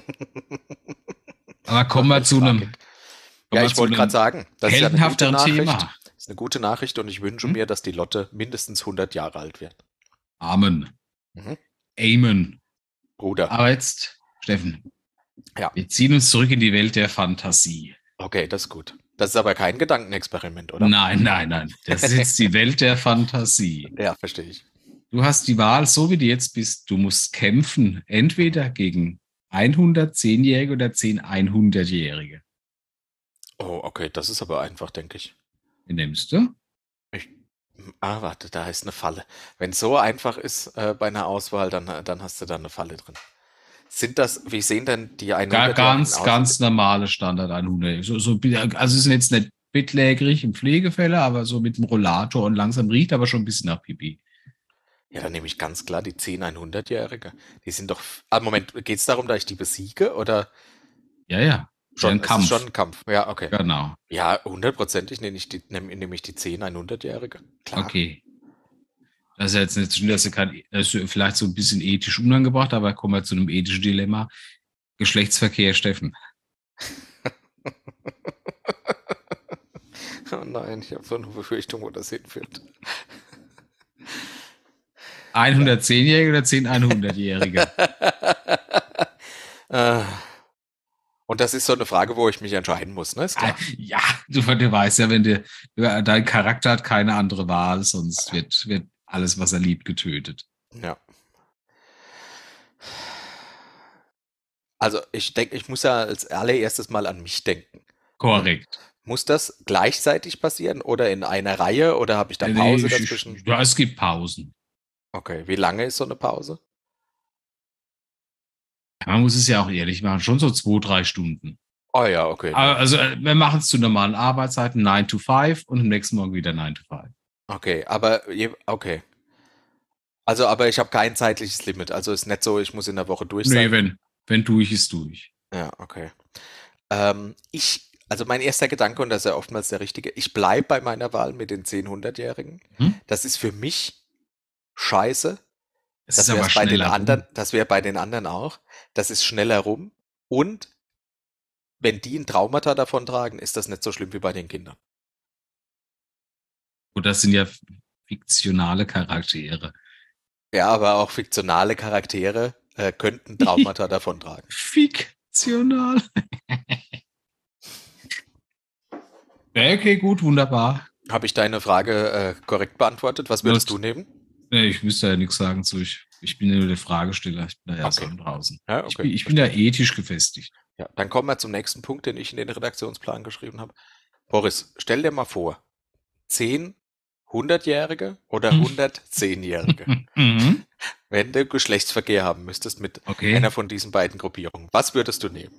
[SPEAKER 1] Aber kommen wir
[SPEAKER 2] Welche
[SPEAKER 1] zu einem,
[SPEAKER 2] Tragik.
[SPEAKER 1] kommen
[SPEAKER 2] Ja,
[SPEAKER 1] wir
[SPEAKER 2] ich
[SPEAKER 1] zu
[SPEAKER 2] wollte
[SPEAKER 1] einem
[SPEAKER 2] gerade sagen, das ist ja eine gute
[SPEAKER 1] heldenhafteren
[SPEAKER 2] Nachricht.
[SPEAKER 1] Thema.
[SPEAKER 2] Das ist eine gute Nachricht und ich wünsche
[SPEAKER 1] Hm?
[SPEAKER 2] mir, dass die Lotte mindestens hundert Jahre alt wird.
[SPEAKER 1] Amen.
[SPEAKER 2] Mhm.
[SPEAKER 1] Amen.
[SPEAKER 2] Bruder.
[SPEAKER 1] Aber jetzt, Steffen,
[SPEAKER 2] Ja.
[SPEAKER 1] wir ziehen uns zurück in die Welt der Fantasie.
[SPEAKER 2] Okay, das ist gut. Das ist aber kein Gedankenexperiment, oder?
[SPEAKER 1] Nein, nein, nein. Das ist jetzt die Welt der Fantasie.
[SPEAKER 2] Ja, verstehe ich.
[SPEAKER 1] Du hast die Wahl, so wie du jetzt bist, du musst kämpfen, entweder gegen hundertzehnjährige oder zehn hundertjährige.
[SPEAKER 2] Oh, okay, das ist aber einfach, denke ich.
[SPEAKER 1] Wie nimmst du?
[SPEAKER 2] ich. Ah, warte, da ist eine Falle. Wenn es so einfach ist äh, bei einer Auswahl, dann, dann hast du da eine Falle drin. Sind das, wie sehen denn die
[SPEAKER 1] Gar,
[SPEAKER 2] hundert-Jährigen
[SPEAKER 1] ganz,
[SPEAKER 2] aus?
[SPEAKER 1] ganz normale Standard hundert. So, so, also es sind jetzt nicht bettlägerig im Pflegefälle, aber so mit dem Rollator und langsam riecht aber schon ein bisschen nach Pipi.
[SPEAKER 2] Ja, dann nehme ich ganz klar die zehn hundert-Jährige. Die sind doch. Ah, Moment, geht es darum, dass ich die besiege oder
[SPEAKER 1] Ja, ja.
[SPEAKER 2] schon
[SPEAKER 1] ein
[SPEAKER 2] es ist
[SPEAKER 1] Kampf.
[SPEAKER 2] schon ein Kampf? Ja, okay.
[SPEAKER 1] Genau.
[SPEAKER 2] Ja, hundertprozentig nehme ich die, nehme, nehme ich die zehn hundert-Jährige. Klar.
[SPEAKER 1] Okay. Das ist ja jetzt nicht, das ist, kein, das ist vielleicht so ein bisschen ethisch unangebracht, aber kommen wir zu einem ethischen Dilemma. Geschlechtsverkehr, Steffen.
[SPEAKER 2] Oh nein, ich habe so eine Befürchtung, wo das hinführt.
[SPEAKER 1] hundertzehnjährige oder zehn hundertjährige?
[SPEAKER 2] Äh, Und das ist so eine Frage, wo ich mich entscheiden muss, ne? Ist klar.
[SPEAKER 1] Ja, du, du weißt ja, wenn du, dein Charakter hat keine andere Wahl, sonst wird, wird alles, was er liebt, getötet.
[SPEAKER 2] Ja. Also ich denke, ich muss ja als allererstes mal an mich denken.
[SPEAKER 1] Korrekt.
[SPEAKER 2] Muss das gleichzeitig passieren oder in einer Reihe oder habe ich da Pause
[SPEAKER 1] Nee, ich-
[SPEAKER 2] dazwischen?
[SPEAKER 1] Ja, es gibt Pausen.
[SPEAKER 2] Okay, wie lange ist so eine Pause?
[SPEAKER 1] Man muss es ja auch ehrlich machen, schon so zwei, drei Stunden.
[SPEAKER 2] Oh ja, okay.
[SPEAKER 1] Aber Also äh, wir machen es zu normalen Arbeitszeiten, nine to five und am nächsten Morgen wieder nine to five.
[SPEAKER 2] Okay, aber je- okay. Also, aber ich habe kein zeitliches Limit. Also ist nicht so, ich muss in der Woche durch
[SPEAKER 1] Nee,
[SPEAKER 2] sein.
[SPEAKER 1] wenn, wenn durch ist durch.
[SPEAKER 2] Ja, okay. Ähm, ich, also mein erster Gedanke, und das ist ja oftmals der richtige, ich bleibe bei meiner Wahl mit den zehn hundert-Jährigen.
[SPEAKER 1] Hm?
[SPEAKER 2] Das ist für mich scheiße.
[SPEAKER 1] Es
[SPEAKER 2] Das
[SPEAKER 1] ist aber
[SPEAKER 2] wäre bei den
[SPEAKER 1] schneller
[SPEAKER 2] anderen,
[SPEAKER 1] rum.
[SPEAKER 2] das wäre bei den anderen auch. Das ist schneller rum. Und wenn die ein Traumata davon tragen, ist das nicht so schlimm wie bei den Kindern.
[SPEAKER 1] Und das sind ja fiktionale Charaktere.
[SPEAKER 2] Ja, aber auch fiktionale Charaktere äh, könnten Traumata davon tragen.
[SPEAKER 1] Fiktional. Ja, okay, gut, wunderbar.
[SPEAKER 2] Habe ich deine Frage äh, korrekt beantwortet? Was würdest
[SPEAKER 1] Ja,
[SPEAKER 2] du nehmen?
[SPEAKER 1] Nee, ich müsste ja nichts sagen zu. Ich, ich bin ja nur der Fragesteller. Ich bin da ja
[SPEAKER 2] Okay.
[SPEAKER 1] so draußen.
[SPEAKER 2] Ja,
[SPEAKER 1] Ich
[SPEAKER 2] okay.
[SPEAKER 1] bin, ich bin da ethisch gefestigt.
[SPEAKER 2] Ja, dann kommen wir zum nächsten Punkt, den ich in den Redaktionsplan geschrieben habe. Boris, stell dir mal vor, zehn hundertjährige oder
[SPEAKER 1] Hm.
[SPEAKER 2] hundertzehnjährige,
[SPEAKER 1] Mhm.
[SPEAKER 2] wenn du Geschlechtsverkehr haben müsstest mit
[SPEAKER 1] Okay.
[SPEAKER 2] einer von diesen beiden Gruppierungen. Was würdest du nehmen?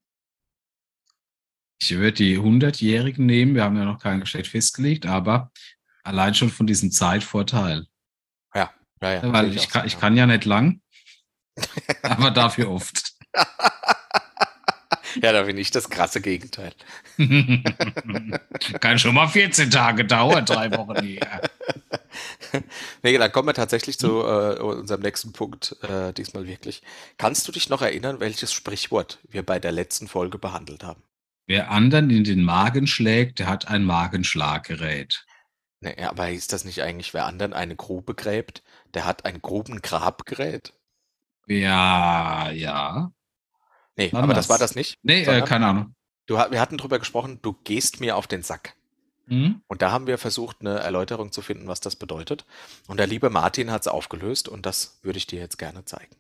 [SPEAKER 1] Ich würde die hundertjährigen nehmen. Wir haben ja noch kein Geschlecht festgelegt, aber allein schon von diesem Zeitvorteil.
[SPEAKER 2] Ja, ja, ja.
[SPEAKER 1] Weil
[SPEAKER 2] sehe
[SPEAKER 1] ich,
[SPEAKER 2] auch
[SPEAKER 1] kann,
[SPEAKER 2] so,
[SPEAKER 1] ich
[SPEAKER 2] ja.
[SPEAKER 1] kann ja nicht lang, aber dafür oft.
[SPEAKER 2] Ja, da bin ich das krasse Gegenteil.
[SPEAKER 1] Kann schon mal vierzehn Tage dauern, drei Wochen her.
[SPEAKER 2] Nee, dann kommen wir tatsächlich zu äh, unserem nächsten Punkt, äh, diesmal wirklich. Kannst du dich noch erinnern, welches Sprichwort wir bei der letzten Folge behandelt haben?
[SPEAKER 1] Wer anderen in den Magen schlägt, der hat ein Magenschlaggerät.
[SPEAKER 2] Nee, ja, aber hieß das nicht eigentlich, wer anderen eine Grube gräbt, der hat ein Grubengrabgerät?
[SPEAKER 1] Ja, ja.
[SPEAKER 2] Nee,
[SPEAKER 1] Wann
[SPEAKER 2] aber das
[SPEAKER 1] das?
[SPEAKER 2] war das nicht.
[SPEAKER 1] Nee, äh,
[SPEAKER 2] sondern
[SPEAKER 1] keine Ahnung.
[SPEAKER 2] du, ha- wir hatten drüber gesprochen, du gehst mir auf den Sack.
[SPEAKER 1] Hm?
[SPEAKER 2] Und da haben wir versucht, eine Erläuterung zu finden, was das bedeutet. Und der liebe Martin hat es aufgelöst und das würde ich dir jetzt gerne zeigen.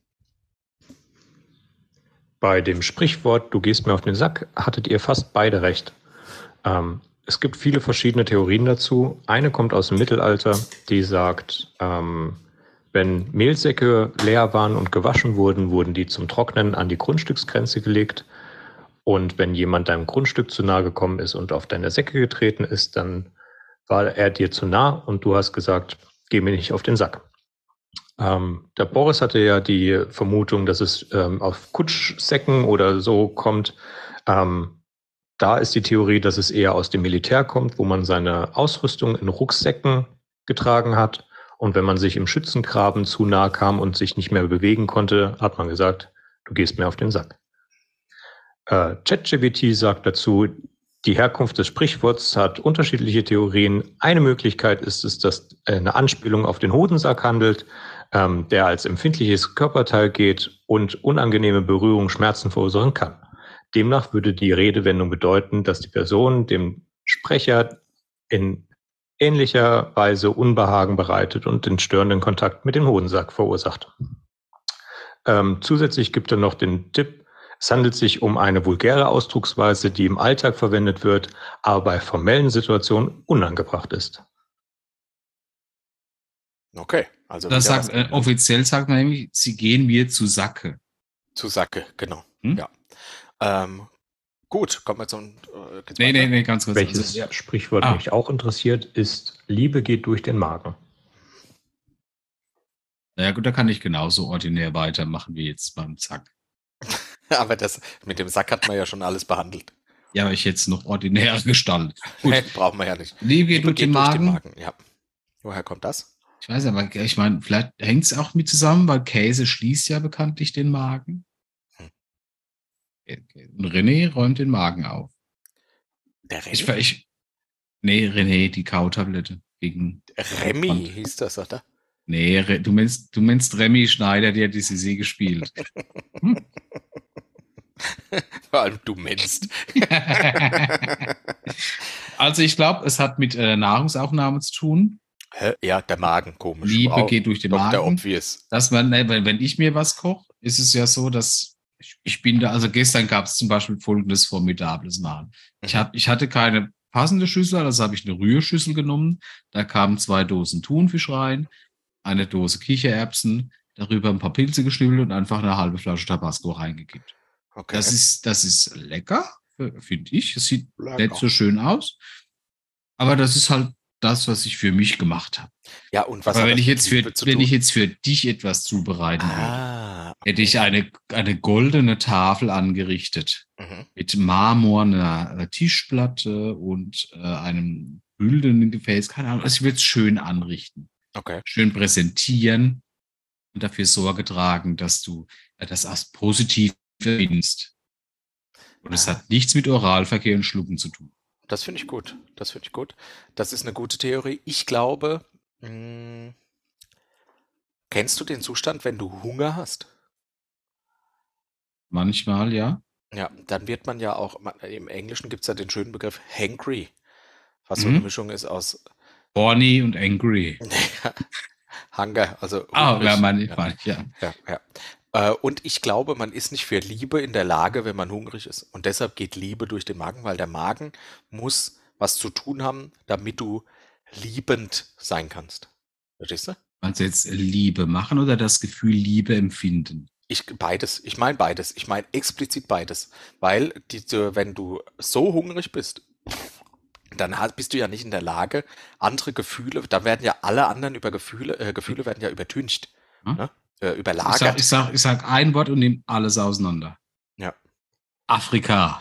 [SPEAKER 3] Bei dem Sprichwort "Du gehst mir auf den Sack" hattet ihr fast beide recht. Ähm, es gibt viele verschiedene Theorien dazu. Eine kommt aus dem Mittelalter, die sagt, ähm, wenn Mehlsäcke leer waren und gewaschen wurden, wurden die zum Trocknen an die Grundstücksgrenze gelegt. Und wenn jemand deinem Grundstück zu nahe gekommen ist und auf deine Säcke getreten ist, dann war er dir zu nah und du hast gesagt, geh mir nicht auf den Sack. Ähm, der Boris hatte ja die Vermutung, dass es ähm, auf Kutschsäcken oder so kommt. Ähm, da ist die Theorie, dass es eher aus dem Militär kommt, wo man seine Ausrüstung in Rucksäcken getragen hat. Und wenn man sich im Schützengraben zu nahe kam und sich nicht mehr bewegen konnte, hat man gesagt, du gehst mir auf den Sack. Äh, ChatGPT sagt dazu, die Herkunft des Sprichworts hat unterschiedliche Theorien. Eine Möglichkeit ist es, dass eine Anspielung auf den Hodensack handelt, ähm, der als empfindliches Körperteil geht und unangenehme Berührung Schmerzen verursachen kann. Demnach würde die Redewendung bedeuten, dass die Person dem Sprecher in ähnlicher Weise Unbehagen bereitet und den störenden Kontakt mit dem Hodensack verursacht. Ähm, zusätzlich gibt er noch den Tipp, es handelt sich um eine vulgäre Ausdrucksweise, die im Alltag verwendet wird, aber bei formellen Situationen unangebracht ist.
[SPEAKER 2] Okay, also
[SPEAKER 1] Das
[SPEAKER 2] wieder
[SPEAKER 1] sagt,
[SPEAKER 2] was
[SPEAKER 1] äh,
[SPEAKER 2] gelernt.
[SPEAKER 1] offiziell sagt man nämlich, sie gehen mir zu Sacke.
[SPEAKER 2] Zu Sacke, genau.
[SPEAKER 1] Hm?
[SPEAKER 2] Ja. Ähm, gut, kommen wir zum. Äh, geht's
[SPEAKER 1] Nee,
[SPEAKER 2] weiter?
[SPEAKER 1] nee, nee, ganz kurz.
[SPEAKER 3] Welches
[SPEAKER 1] Also, ja.
[SPEAKER 3] Sprichwort
[SPEAKER 1] Ah.
[SPEAKER 3] mich auch interessiert, ist Liebe geht durch den Magen.
[SPEAKER 1] Naja, gut, da kann ich genauso ordinär weitermachen wie jetzt beim Zack.
[SPEAKER 2] Aber das mit dem Sack hat man ja schon alles behandelt.
[SPEAKER 1] Ja, aber ich jetzt noch ordinär gestaltet. Gut,
[SPEAKER 2] Brauchen wir ja nicht.
[SPEAKER 1] Liebe geht
[SPEAKER 2] Liebe
[SPEAKER 1] durch den Magen.
[SPEAKER 2] Ja. Woher kommt das?
[SPEAKER 1] Ich weiß aber, ich meine, vielleicht hängt es auch mit zusammen, weil Käse schließt ja bekanntlich den Magen.
[SPEAKER 2] Hm.
[SPEAKER 1] Und René räumt den Magen auf.
[SPEAKER 2] Der René?
[SPEAKER 1] Ich, ich, nee, René, die Kautablette gegen.
[SPEAKER 2] Remy
[SPEAKER 1] Und,
[SPEAKER 2] hieß das, oder?
[SPEAKER 1] nee, Re, du meinst, du meinst Remy Schneider, der hat die C C gespielt. Hm?
[SPEAKER 2] Vor allem du meinst.
[SPEAKER 1] Also ich glaube, es hat mit äh, Nahrungsaufnahme zu tun.
[SPEAKER 2] Hä? Ja, der Magen, komisch.
[SPEAKER 1] Liebe
[SPEAKER 2] wow.
[SPEAKER 1] geht durch den
[SPEAKER 2] Doktor
[SPEAKER 1] Magen.
[SPEAKER 2] Obvious.
[SPEAKER 1] Dass man, ne, wenn, wenn ich mir was koche, ist es ja so, dass ich, ich bin da, also gestern gab es zum Beispiel folgendes formidables Mal. Ich, hab, ich hatte keine passende Schüssel, also habe ich eine Rührschüssel genommen. Da kamen zwei Dosen Thunfisch rein, eine Dose Kichererbsen, darüber ein paar Pilze geschnibbelt und einfach eine halbe Flasche Tabasco reingekippt.
[SPEAKER 2] Okay.
[SPEAKER 1] Das ist, das ist lecker, finde ich. Es sieht
[SPEAKER 2] Lecker.
[SPEAKER 1] nicht so schön aus. Aber das ist halt das, was ich für mich gemacht habe.
[SPEAKER 2] Ja, und was
[SPEAKER 1] Aber
[SPEAKER 2] hat
[SPEAKER 1] wenn
[SPEAKER 2] das
[SPEAKER 1] ich
[SPEAKER 2] mit
[SPEAKER 1] jetzt für,
[SPEAKER 2] Liebe zu
[SPEAKER 1] wenn
[SPEAKER 2] tun?
[SPEAKER 1] ich jetzt für dich etwas zubereiten würde,
[SPEAKER 2] Ah,
[SPEAKER 1] hätte ich eine, eine goldene Tafel angerichtet
[SPEAKER 2] mhm.
[SPEAKER 1] mit marmorner äh, Tischplatte und äh, einem güldenen Gefäß. Keine Ahnung. Also ich würde es schön anrichten,
[SPEAKER 2] Okay.
[SPEAKER 1] schön präsentieren und dafür Sorge tragen, dass du äh, das als positiv verbindest. Und es
[SPEAKER 2] Ah.
[SPEAKER 1] hat nichts mit Oralverkehr und Schlucken zu tun.
[SPEAKER 2] Das finde ich gut. Das finde ich gut. Das ist eine gute Theorie. Ich glaube, mh, kennst du den Zustand, wenn du Hunger hast?
[SPEAKER 1] Manchmal, ja.
[SPEAKER 2] Ja, dann wird man ja auch, man, im Englischen gibt es ja den schönen Begriff hangry, was
[SPEAKER 1] Mhm.
[SPEAKER 2] so eine Mischung ist aus
[SPEAKER 1] Horny und angry.
[SPEAKER 2] Hunger, also
[SPEAKER 1] Ah,
[SPEAKER 2] hungrig.
[SPEAKER 1] ja, meine ich,
[SPEAKER 2] ja.
[SPEAKER 1] meine ich, ja.
[SPEAKER 2] Ja, ja. Äh, und ich glaube, man ist nicht für Liebe in der Lage, wenn man hungrig ist. Und deshalb geht Liebe durch den Magen, weil der Magen muss was zu tun haben, damit du liebend sein kannst. Verstehst du?
[SPEAKER 1] Meinst du jetzt Liebe machen oder das Gefühl Liebe empfinden?
[SPEAKER 2] Ich, beides. Ich meine beides. Ich meine explizit beides. Weil, diese, wenn du so hungrig bist, dann hast, bist du ja nicht in der Lage, andere Gefühle, da werden ja alle anderen über Gefühle, äh, Gefühle werden ja übertüncht,
[SPEAKER 1] Hm?
[SPEAKER 2] ne? äh,
[SPEAKER 1] Ich
[SPEAKER 2] überlagert.
[SPEAKER 1] sag, ich, sag, ich sag ein Wort und nehme alles auseinander.
[SPEAKER 2] Ja.
[SPEAKER 1] Afrika.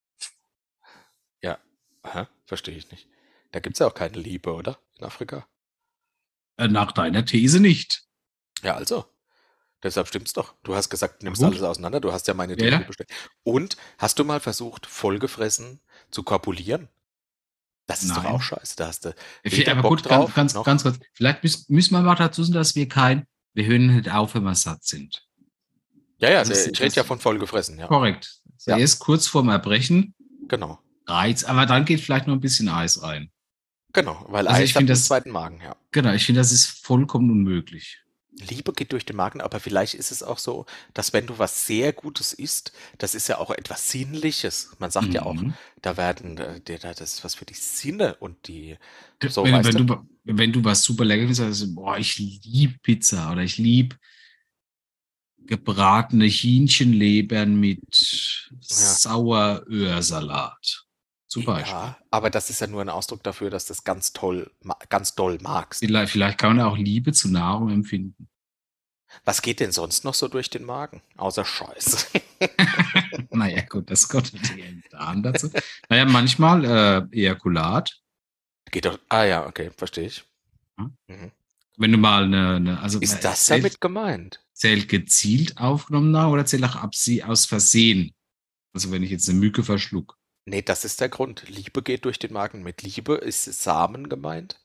[SPEAKER 2] Ja, aha, verstehe ich nicht. Da gibt es ja auch keine Liebe, oder? In Afrika.
[SPEAKER 1] Äh, Nach deiner These nicht.
[SPEAKER 2] Ja, also. Deshalb stimmt's doch. Du hast gesagt, du nimmst
[SPEAKER 1] Gut.
[SPEAKER 2] alles auseinander. Du hast ja meine
[SPEAKER 1] Ja,
[SPEAKER 2] Theorie
[SPEAKER 1] ja.
[SPEAKER 2] bestätigt. Und hast du mal versucht, vollgefressen zu korpulieren? Das ist doch
[SPEAKER 1] Nein.
[SPEAKER 2] auch scheiße. Da hast du
[SPEAKER 1] Viel-
[SPEAKER 2] weder
[SPEAKER 1] Aber
[SPEAKER 2] Bock
[SPEAKER 1] gut,
[SPEAKER 2] drauf,
[SPEAKER 1] ganz, ganz,
[SPEAKER 2] noch-
[SPEAKER 1] ganz kurz. Vielleicht müssen, müssen wir mal dazu sagen, dass wir kein, wir hören nicht auf, wenn wir satt sind.
[SPEAKER 2] Ja, ja,
[SPEAKER 1] Das ist-
[SPEAKER 2] ich rede
[SPEAKER 1] das-
[SPEAKER 2] ja von vollgefressen, ja.
[SPEAKER 1] Korrekt.
[SPEAKER 2] Ja.
[SPEAKER 1] Erst kurz vorm Erbrechen
[SPEAKER 2] Genau.
[SPEAKER 1] reizt, aber dann geht vielleicht noch ein bisschen Eis rein.
[SPEAKER 2] Genau, weil
[SPEAKER 1] Also
[SPEAKER 2] Eis
[SPEAKER 1] ich
[SPEAKER 2] hat
[SPEAKER 1] find
[SPEAKER 2] einen
[SPEAKER 1] das-
[SPEAKER 2] zweiten Magen, ja.
[SPEAKER 1] Genau, ich finde, das ist vollkommen unmöglich.
[SPEAKER 2] Liebe geht durch den Magen, aber vielleicht ist es auch so, dass wenn du was sehr Gutes isst, das ist ja auch etwas Sinnliches. Man sagt ja auch,
[SPEAKER 1] Mhm.
[SPEAKER 2] da werden, äh, der- das ist was für die Sinne und die, so,
[SPEAKER 1] wenn,
[SPEAKER 2] weißt
[SPEAKER 1] wenn,
[SPEAKER 2] du?
[SPEAKER 1] du, wenn du was super lecker findest, also, boah, ich liebe Pizza oder ich liebe gebratene Hähnchenlebern mit
[SPEAKER 2] Ja.
[SPEAKER 1] Saueröhrsalat. Zum Beispiel.
[SPEAKER 2] Ja, aber das ist ja nur ein Ausdruck dafür, dass du das ganz toll, ma- ganz doll magst.
[SPEAKER 1] Vielleicht, vielleicht kann man auch Liebe zu Nahrung empfinden.
[SPEAKER 2] Was geht denn sonst noch so durch den Magen? Außer Scheiße.
[SPEAKER 1] Naja, gut, das kommt natürlich Darm dazu. Naja, manchmal äh, Ejakulat.
[SPEAKER 2] Geht doch. Ah ja, okay, verstehe ich.
[SPEAKER 1] Ja.
[SPEAKER 2] Mhm.
[SPEAKER 1] Wenn du mal eine, eine also
[SPEAKER 2] Ist das
[SPEAKER 1] zählt,
[SPEAKER 2] damit gemeint?
[SPEAKER 1] zählt gezielt aufgenommen nach oder zählt auch absie aus Versehen? Also wenn ich jetzt eine Mücke verschluck.
[SPEAKER 2] Nee, das ist der Grund. Liebe geht durch den Magen. Mit Liebe ist Samen gemeint.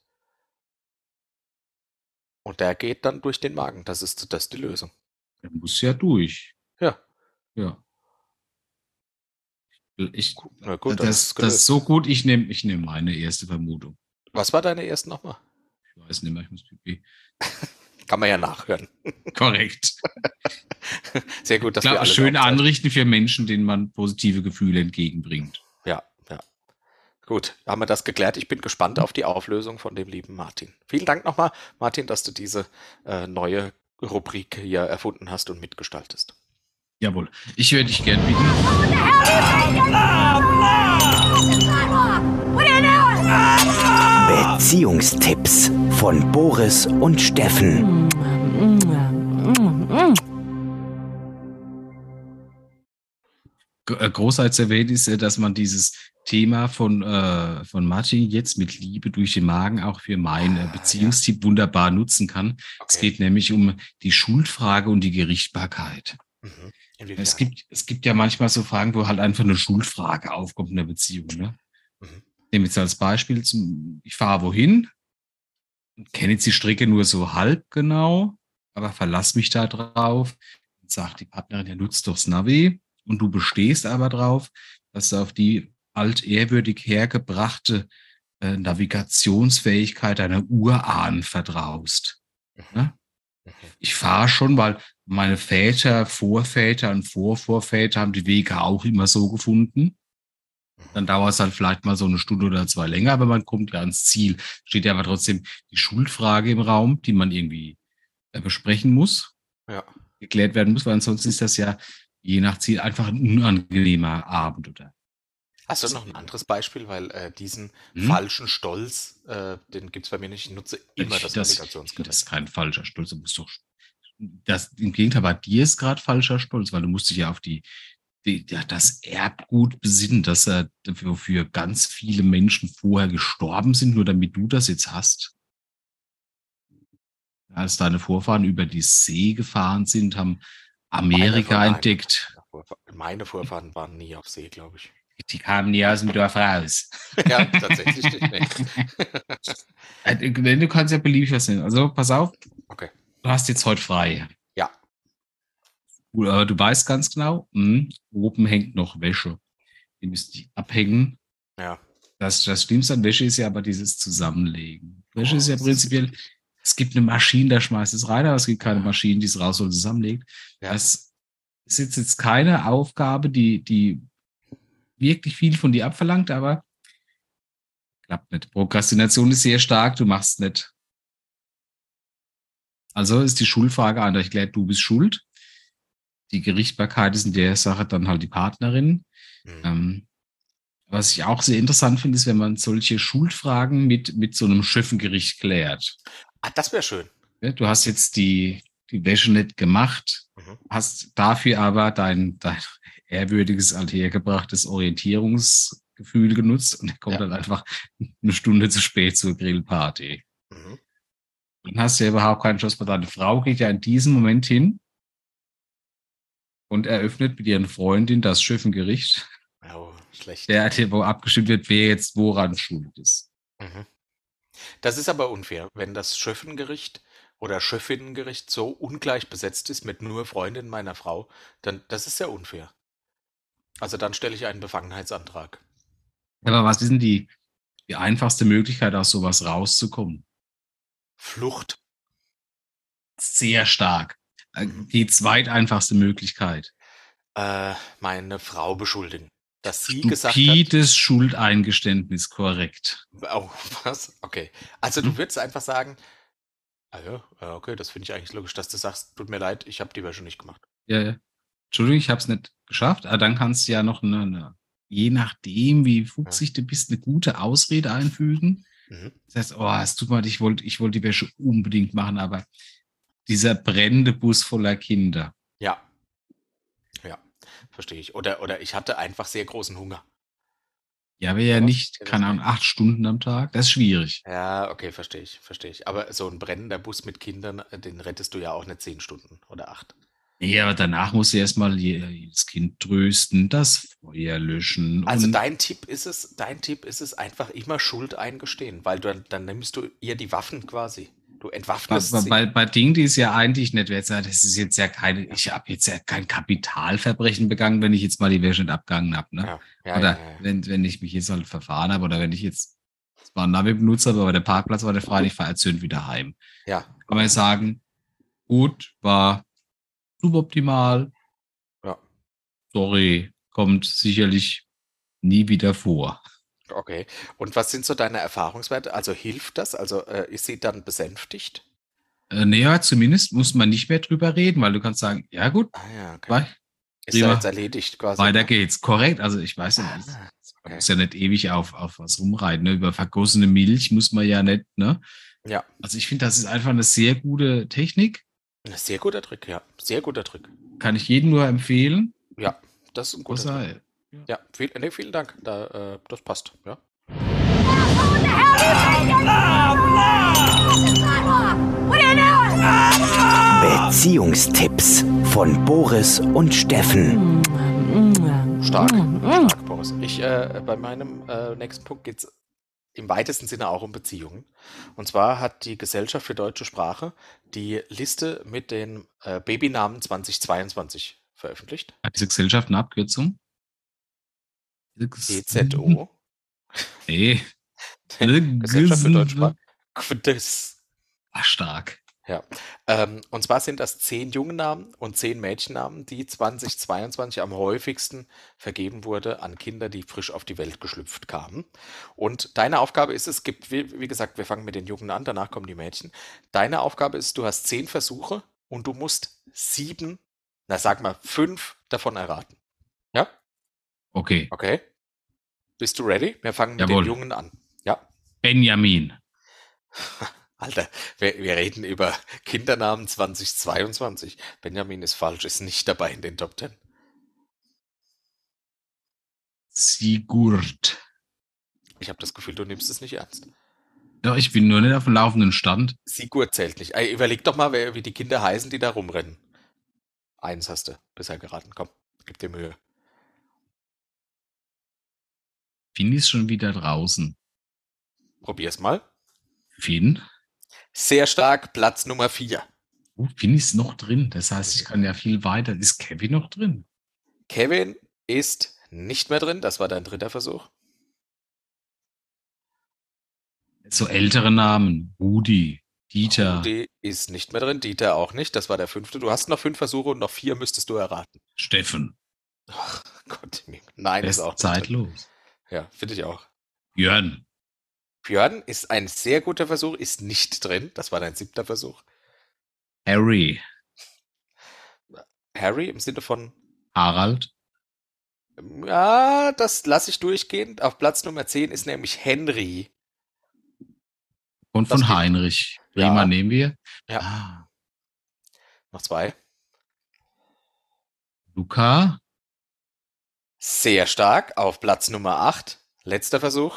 [SPEAKER 2] Und der geht dann durch den Magen. Das ist, das ist die Lösung.
[SPEAKER 1] Der muss ja durch.
[SPEAKER 2] Ja.
[SPEAKER 1] Ja. Ich,
[SPEAKER 2] Na gut, dann ist es
[SPEAKER 1] das, das
[SPEAKER 2] gelöst.
[SPEAKER 1] ist so gut, ich nehme ich nehm meine erste Vermutung.
[SPEAKER 2] Was war deine erste nochmal?
[SPEAKER 1] Ich weiß nicht mehr, ich muss pipi.
[SPEAKER 2] Kann man ja nachhören.
[SPEAKER 1] Korrekt.
[SPEAKER 2] Sehr gut, dass wir
[SPEAKER 1] Klar,
[SPEAKER 2] alles
[SPEAKER 1] schön
[SPEAKER 2] aufzeichnen.
[SPEAKER 1] anrichten für Menschen, denen man positive Gefühle entgegenbringt.
[SPEAKER 2] Ja, ja. Gut, haben wir das geklärt. Ich bin gespannt auf die Auflösung von dem lieben Martin. Vielen Dank nochmal, Martin, dass du diese äh, neue Rubrik hier erfunden hast und mitgestaltest.
[SPEAKER 1] Jawohl. Ich würde dich gern bitten.
[SPEAKER 4] Beziehungstipps von Boris und Steffen.
[SPEAKER 1] Großartig erwähnt ist, dass man dieses Thema von, äh, von Martin jetzt mit Liebe durch den Magen auch für meinen äh, Beziehungstipp ja. wunderbar nutzen kann. Okay. Es geht nämlich um die Schuldfrage und die Gerichtbarkeit. Mhm. Es gibt, es gibt ja manchmal so Fragen, wo halt einfach eine Schuldfrage aufkommt in der Beziehung. Ne? Mhm. Nehmen wir jetzt als Beispiel, zum, ich fahre wohin, kenne jetzt die Strecke nur so halb genau, aber verlass mich da drauf und sagt die Partnerin, ja, nutzt doch das Navi. Und du bestehst aber drauf, dass du auf die altehrwürdig hergebrachte äh, Navigationsfähigkeit deiner Urahnen vertraust. Mhm. Ne? Ich fahre schon, weil meine Väter, Vorväter und Vorvorväter haben die Wege auch immer so gefunden. Dann dauert es halt vielleicht mal so eine Stunde oder zwei länger, aber man kommt ja ans Ziel. Steht ja aber trotzdem die Schuldfrage im Raum, die man irgendwie äh, besprechen muss,
[SPEAKER 2] ja.
[SPEAKER 1] geklärt werden muss, weil ansonsten ist das ja je nach Ziel einfach ein unangenehmer Abend, oder?
[SPEAKER 2] Hast du noch ein anderes Beispiel? Weil äh, diesen hm? falschen Stolz, äh, den gibt es bei mir nicht. Ich nutze immer
[SPEAKER 1] ich
[SPEAKER 2] das,
[SPEAKER 1] das
[SPEAKER 2] Navigationsgerät.
[SPEAKER 1] Das ist kein falscher Stolz. Du musst doch, das, im Gegenteil, bei dir ist gerade falscher Stolz, weil du musst dich ja auf die, die ja, das Erbgut besinnen, dass er wofür ganz viele Menschen vorher gestorben sind, nur damit du das jetzt hast. Als deine Vorfahren über die See gefahren sind, haben Amerika
[SPEAKER 2] meine
[SPEAKER 1] entdeckt.
[SPEAKER 2] Meine Vorfahren waren nie auf See, glaube ich.
[SPEAKER 1] Die kamen nie aus dem Dorf raus.
[SPEAKER 2] Ja, tatsächlich nicht.
[SPEAKER 1] Nee. Du kannst ja beliebig was nehmen. Also pass auf.
[SPEAKER 2] Okay.
[SPEAKER 1] Du hast jetzt heute frei.
[SPEAKER 2] Ja.
[SPEAKER 1] Aber du weißt ganz genau, mh, oben hängt noch Wäsche. Die müsst ihr abhängen.
[SPEAKER 2] Ja.
[SPEAKER 1] Das, das Schlimmste an Wäsche ist ja aber dieses Zusammenlegen. Wäsche
[SPEAKER 2] oh,
[SPEAKER 1] ist ja prinzipiell... Es gibt eine Maschine, da schmeißt es rein, aber es gibt keine Maschine, die es raus und zusammenlegt. Ja. Das ist jetzt, jetzt keine Aufgabe, die, die wirklich viel von dir abverlangt, aber klappt nicht. Prokrastination ist sehr stark, du machst es nicht. Also ist die Schuldfrage eindeutig geklärt, du bist schuld. Die Gerichtbarkeit ist in der Sache dann halt die Partnerin. Mhm. Ähm, was ich auch sehr interessant finde, ist, wenn man solche Schuldfragen mit, mit so einem Schöffengericht klärt.
[SPEAKER 2] Ah, das wäre schön.
[SPEAKER 1] Du hast jetzt die, die Wäsche nicht gemacht, mhm. hast dafür aber dein, dein ehrwürdiges, althergebrachtes Orientierungsgefühl genutzt und er kommt ja. dann einfach eine Stunde zu spät zur Grillparty. Mhm. Dann hast du ja überhaupt keinen Schuss, weil deine Frau geht ja in diesem Moment hin und eröffnet mit ihren Freundin das Schöffengericht.
[SPEAKER 2] Oh, schlecht.
[SPEAKER 1] Der, wo abgestimmt wird, wer jetzt woran schuld ist.
[SPEAKER 2] Mhm. Das ist aber unfair, wenn das Schöffengericht oder Schöffinnengericht so ungleich besetzt ist mit nur Freundinnen meiner Frau, dann das ist ja unfair. Also dann stelle ich einen Befangenheitsantrag.
[SPEAKER 1] Aber was ist denn die, die einfachste Möglichkeit, aus sowas rauszukommen?
[SPEAKER 2] Flucht.
[SPEAKER 1] Sehr stark. Die zweiteinfachste Möglichkeit.
[SPEAKER 2] Äh, meine Frau beschuldigen. Dass sie
[SPEAKER 1] Stupides
[SPEAKER 2] gesagt hat,
[SPEAKER 1] Schuldeingeständnis, korrekt.
[SPEAKER 2] Oh, was? Okay. Also hm? du würdest einfach sagen, ah ja, okay, das finde ich eigentlich logisch, dass du sagst, tut mir leid, ich habe die Wäsche nicht gemacht.
[SPEAKER 1] Ja, ja. Entschuldigung, ich habe es nicht geschafft. Aber dann kannst du ja noch eine, eine, je nachdem, wie
[SPEAKER 2] Ja.
[SPEAKER 1] fuchsig du bist, eine gute Ausrede einfügen.
[SPEAKER 2] Mhm.
[SPEAKER 1] Das heißt, oh, es tut mir leid, ich wollte ich wollt die Wäsche unbedingt machen, aber dieser brennende Bus voller Kinder.
[SPEAKER 2] Ja, ja, verstehe ich. Oder, oder ich hatte einfach sehr großen Hunger.
[SPEAKER 1] Ja, aber ja
[SPEAKER 2] Sowas?
[SPEAKER 1] nicht,
[SPEAKER 2] Geht das
[SPEAKER 1] keine Ahnung,
[SPEAKER 2] nicht?
[SPEAKER 1] acht Stunden am Tag. Das ist schwierig.
[SPEAKER 2] Ja, okay, verstehe ich, verstehe ich. Aber so ein brennender Bus mit Kindern, äh, den rettest du ja auch nicht zehn Stunden oder acht.
[SPEAKER 1] Nee, aber danach musst du erstmal jedes Kind trösten, das Feuer löschen
[SPEAKER 2] Also
[SPEAKER 1] und
[SPEAKER 2] dein Tipp ist es, dein Tipp ist es einfach immer Schuld eingestehen, weil du, dann dann nimmst du ihr die Waffen quasi. Du
[SPEAKER 1] bei,
[SPEAKER 2] entwaffnest
[SPEAKER 1] bei,
[SPEAKER 2] sie.
[SPEAKER 1] bei bei Dingen, die es ja eigentlich nicht wert sind, das ist jetzt ja keine,
[SPEAKER 2] Ja,
[SPEAKER 1] ich habe jetzt ja kein Kapitalverbrechen begangen, wenn ich jetzt mal die Wäsche nicht abgegangen habe, ne?
[SPEAKER 2] ja, ja, ja,
[SPEAKER 1] Oder
[SPEAKER 2] ja. Ja.
[SPEAKER 1] wenn, wenn ich mich jetzt halt verfahren habe oder wenn ich jetzt zwar ein Navi benutzt habe, aber der Parkplatz war der frei, ich fahre erzürnt wieder heim.
[SPEAKER 2] Ja,
[SPEAKER 1] Kann man ja sagen, gut, war suboptimal,
[SPEAKER 2] ja,
[SPEAKER 1] sorry, kommt sicherlich nie wieder vor.
[SPEAKER 2] okay. Und was sind so deine Erfahrungswerte? Also hilft das? Also äh, ist sie dann besänftigt?
[SPEAKER 1] Äh, naja, zumindest muss man nicht mehr drüber reden, weil du kannst sagen, ja gut,
[SPEAKER 2] Ah ja, okay.
[SPEAKER 1] war
[SPEAKER 2] Ist ja jetzt
[SPEAKER 1] prima,
[SPEAKER 2] erledigt quasi,
[SPEAKER 1] weiter
[SPEAKER 2] ne?
[SPEAKER 1] geht's. Korrekt, also ich weiß ja nicht,
[SPEAKER 2] Ah,
[SPEAKER 1] man
[SPEAKER 2] okay.
[SPEAKER 1] muss ja nicht ewig auf, auf was rumreiten, ne? Über vergossene Milch muss man ja nicht, ne?
[SPEAKER 2] Ja,
[SPEAKER 1] Also ich finde, das ist einfach eine sehr gute Technik,
[SPEAKER 2] ein sehr guter Trick, ja. Sehr guter Trick.
[SPEAKER 1] kann ich jedem nur empfehlen.
[SPEAKER 2] Ja, das ist ein guter Trick.
[SPEAKER 1] Außer, ja.
[SPEAKER 2] Ja, viel, nee, vielen Dank. Da, äh, das passt, ja.
[SPEAKER 4] Beziehungstipps von Boris und Steffen.
[SPEAKER 2] Stark, stark, Boris. Ich, äh, bei meinem äh, nächsten Punkt geht es im weitesten Sinne auch um Beziehungen. Und zwar hat die Gesellschaft für deutsche Sprache die Liste mit den äh, Babynamen zweitausendzweiundzwanzig veröffentlicht.
[SPEAKER 1] Hat diese Gesellschaft eine Abkürzung?
[SPEAKER 2] G Z O.
[SPEAKER 1] Nee.
[SPEAKER 2] Gesellschaft für deutsche Sprache. Qudes.
[SPEAKER 1] War stark.
[SPEAKER 2] Ja, ähm, und zwar sind das zehn Jungennamen und zehn Mädchennamen, die zweitausendzweiundzwanzig am häufigsten vergeben wurde an Kinder, die frisch auf die Welt geschlüpft kamen. Und deine Aufgabe ist es, gibt, wie, wie gesagt, wir fangen mit den Jungen an, danach kommen die Mädchen. Deine Aufgabe ist, du hast zehn Versuche und du musst sieben, na sag mal, fünf davon erraten. Ja?
[SPEAKER 1] Okay.
[SPEAKER 2] Okay. Bist du ready? Wir fangen mit
[SPEAKER 1] Jawohl.
[SPEAKER 2] den Jungen an. Ja?
[SPEAKER 1] Benjamin.
[SPEAKER 2] Alter, wir, wir reden über Kindernamen zweitausendzweiundzwanzig. Benjamin ist falsch, ist nicht dabei in den Top Ten.
[SPEAKER 1] Sigurd.
[SPEAKER 2] Ich habe das Gefühl, du nimmst es nicht ernst.
[SPEAKER 1] Ja, ich bin nur nicht auf dem laufenden Stand.
[SPEAKER 2] Sigurd zählt nicht. Ey, überleg doch mal, wer, wie die Kinder heißen, die da rumrennen. Eins hast du bisher geraten. Komm, gib dir Mühe.
[SPEAKER 1] Finn ist schon wieder draußen.
[SPEAKER 2] Probier's mal.
[SPEAKER 1] Finn?
[SPEAKER 2] Sehr stark, Platz Nummer vier.
[SPEAKER 1] Oh, Finn ist noch drin. Das heißt, ich kann ja viel weiter. Ist Kevin noch drin?
[SPEAKER 2] Kevin ist nicht mehr drin. Das war dein dritter Versuch.
[SPEAKER 1] So ältere Namen. Rudi, Dieter,
[SPEAKER 2] Rudi ist nicht mehr drin. Dieter auch nicht. Das war der fünfte. Du hast noch fünf Versuche und noch vier müsstest du erraten.
[SPEAKER 1] Steffen.
[SPEAKER 2] Ach Gott, nein, ist
[SPEAKER 1] Best
[SPEAKER 2] auch nicht drin.
[SPEAKER 1] zeitlos.
[SPEAKER 2] Ja, finde ich auch.
[SPEAKER 1] Björn.
[SPEAKER 2] Björn ist ein sehr guter Versuch, ist nicht drin. Das war dein siebter Versuch.
[SPEAKER 1] Harry.
[SPEAKER 2] Harry im Sinne von,
[SPEAKER 1] Harald.
[SPEAKER 2] ja, das lasse ich durchgehen. Auf Platz Nummer zehn ist nämlich Henry.
[SPEAKER 1] Und
[SPEAKER 2] Das
[SPEAKER 1] von
[SPEAKER 2] geht.
[SPEAKER 1] Heinrich.
[SPEAKER 2] Ja.
[SPEAKER 1] Prima nehmen wir.
[SPEAKER 2] Ja.
[SPEAKER 1] Ah,
[SPEAKER 2] Noch zwei.
[SPEAKER 1] Luca.
[SPEAKER 2] Sehr stark. Auf Platz Nummer acht. Letzter Versuch.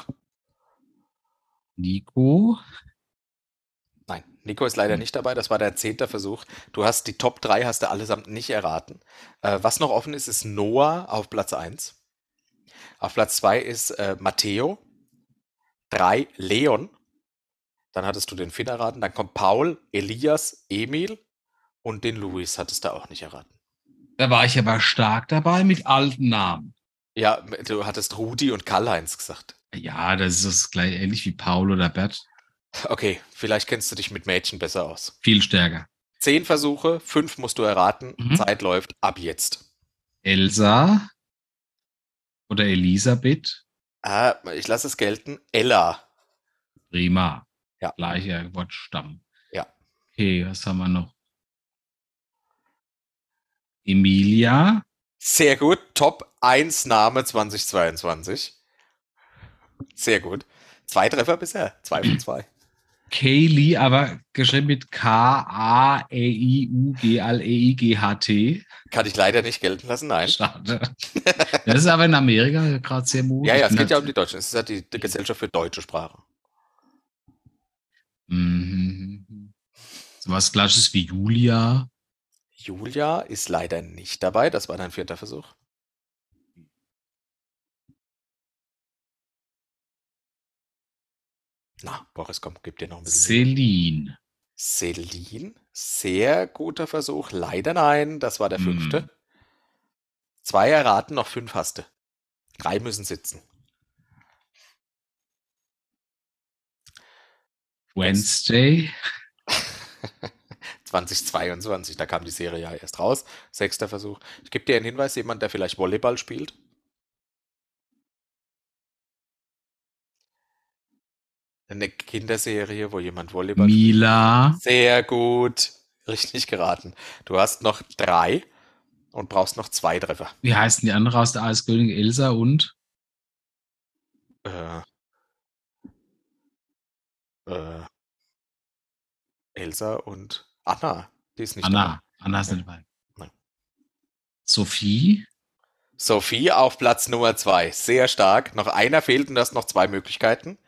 [SPEAKER 1] Nico.
[SPEAKER 2] Nein, Nico ist leider
[SPEAKER 1] Hm.
[SPEAKER 2] nicht dabei. Das war dein zehnter Versuch. Du hast die Top drei hast du allesamt nicht erraten. Äh, was noch offen ist, ist Noah auf Platz eins. Auf Platz zwei ist äh, Matteo. drei Leon. Dann hattest du den Finn erraten. Dann kommt Paul, Elias, Emil und den Luis hattest du auch nicht erraten.
[SPEAKER 1] Da war ich aber stark dabei mit alten Namen.
[SPEAKER 2] Ja, du hattest Rudi und Karl-Heinz gesagt.
[SPEAKER 1] Ja, das ist das gleich ähnlich wie Paul oder Bert.
[SPEAKER 2] Okay, vielleicht kennst du dich mit Mädchen besser aus.
[SPEAKER 1] Viel stärker.
[SPEAKER 2] Zehn Versuche, fünf musst du erraten.
[SPEAKER 1] Mhm.
[SPEAKER 2] Zeit läuft ab jetzt.
[SPEAKER 1] Elsa oder Elisabeth.
[SPEAKER 2] Ah, ich lasse es gelten. Ella.
[SPEAKER 1] Prima.
[SPEAKER 2] Ja.
[SPEAKER 1] Gleicher Wortstamm.
[SPEAKER 2] Ja.
[SPEAKER 1] Okay, was haben wir noch? Emilia.
[SPEAKER 2] Sehr gut. Top eins Name zweitausendzweiundzwanzig. Sehr gut. Zwei Treffer bisher. Zwei von zwei.
[SPEAKER 1] Kaylee, aber geschrieben mit K A E I U G L E I G H T.
[SPEAKER 2] Kann ich leider nicht gelten lassen, nein.
[SPEAKER 1] Schade. Das ist aber in Amerika gerade sehr mutig.
[SPEAKER 2] Ja, ja, es geht ja um die Deutschen. Es ist ja die, die Gesellschaft für deutsche Sprache.
[SPEAKER 1] Mhm. So was Gleiches wie Julia.
[SPEAKER 2] Julia ist leider nicht dabei. Das war dein vierter Versuch. Na, Boris, komm, gib dir noch ein bisschen.
[SPEAKER 1] Celine.
[SPEAKER 2] Celine, sehr guter Versuch. Leider nein, das war der fünfte.
[SPEAKER 1] Hm.
[SPEAKER 2] Zwei erraten, noch fünf hast du. Drei müssen sitzen.
[SPEAKER 1] Wednesday.
[SPEAKER 2] zweitausendzweiundzwanzig, da kam die Serie ja erst raus. Sechster Versuch. Ich gebe dir einen Hinweis, jemand, der vielleicht Volleyball spielt. Eine Kinderserie, wo jemand Volleyball
[SPEAKER 1] Mila.
[SPEAKER 2] spielt. Sehr gut. Richtig geraten. Du hast noch drei und brauchst noch zwei Treffer.
[SPEAKER 1] Wie heißen die andere aus der Eiskönigin? Elsa und?
[SPEAKER 2] Äh, äh, Elsa und Anna. Die ist nicht
[SPEAKER 1] Anna.
[SPEAKER 2] dabei.
[SPEAKER 1] Anna ist
[SPEAKER 2] Ja.
[SPEAKER 1] nicht dabei.
[SPEAKER 2] Nein.
[SPEAKER 1] Sophie.
[SPEAKER 2] Sophie auf Platz Nummer zwei. Sehr stark. Noch einer fehlt und du hast noch zwei Möglichkeiten.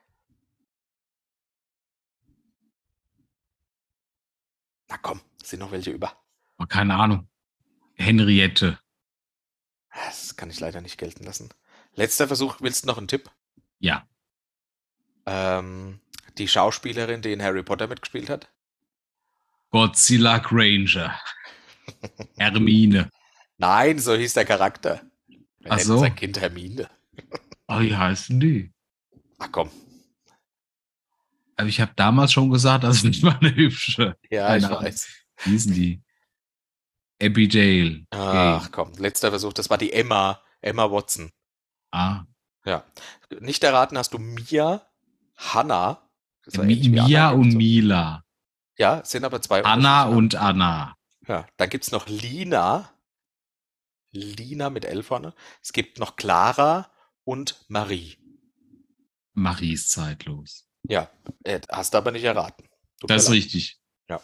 [SPEAKER 2] Na komm, sind noch welche über.
[SPEAKER 1] Oh, keine Ahnung. Henriette.
[SPEAKER 2] Das kann ich leider nicht gelten lassen. Letzter Versuch. Willst du noch einen Tipp?
[SPEAKER 1] Ja.
[SPEAKER 2] Ähm, die Schauspielerin, die in Harry Potter mitgespielt hat?
[SPEAKER 1] Godzilla Granger. Hermine.
[SPEAKER 2] Nein, so hieß der Charakter. Er
[SPEAKER 1] Ach
[SPEAKER 2] nennt
[SPEAKER 1] so.
[SPEAKER 2] sein Kind Hermine.
[SPEAKER 1] Oh, wie heißen die?
[SPEAKER 2] Ach komm.
[SPEAKER 1] Aber ich habe damals schon gesagt, das ist nicht mal eine hübsche.
[SPEAKER 2] Ja,
[SPEAKER 1] Keine
[SPEAKER 2] ich
[SPEAKER 1] Ahnung.
[SPEAKER 2] weiß.
[SPEAKER 1] Wie hießen die? Abigail.
[SPEAKER 2] Ach komm, letzter Versuch. Das war die Emma. Emma Watson.
[SPEAKER 1] Ah.
[SPEAKER 2] Ja. Nicht erraten hast du Mia, Hannah. Das war
[SPEAKER 1] Mi
[SPEAKER 2] ähnlich wie
[SPEAKER 1] Mia
[SPEAKER 2] Anna,
[SPEAKER 1] und
[SPEAKER 2] gibt's so.
[SPEAKER 1] Mila.
[SPEAKER 2] Ja, es sind aber zwei
[SPEAKER 1] Anna
[SPEAKER 2] unterschiedliche
[SPEAKER 1] und Anna.
[SPEAKER 2] Namen. Ja, dann gibt es noch Lina. Lina mit L vorne. Es gibt noch Clara und Marie.
[SPEAKER 1] Marie ist zeitlos.
[SPEAKER 2] Ja, äh, hast du aber nicht erraten. Tut
[SPEAKER 1] Das ist
[SPEAKER 2] mir leid.
[SPEAKER 1] richtig.
[SPEAKER 2] Ja.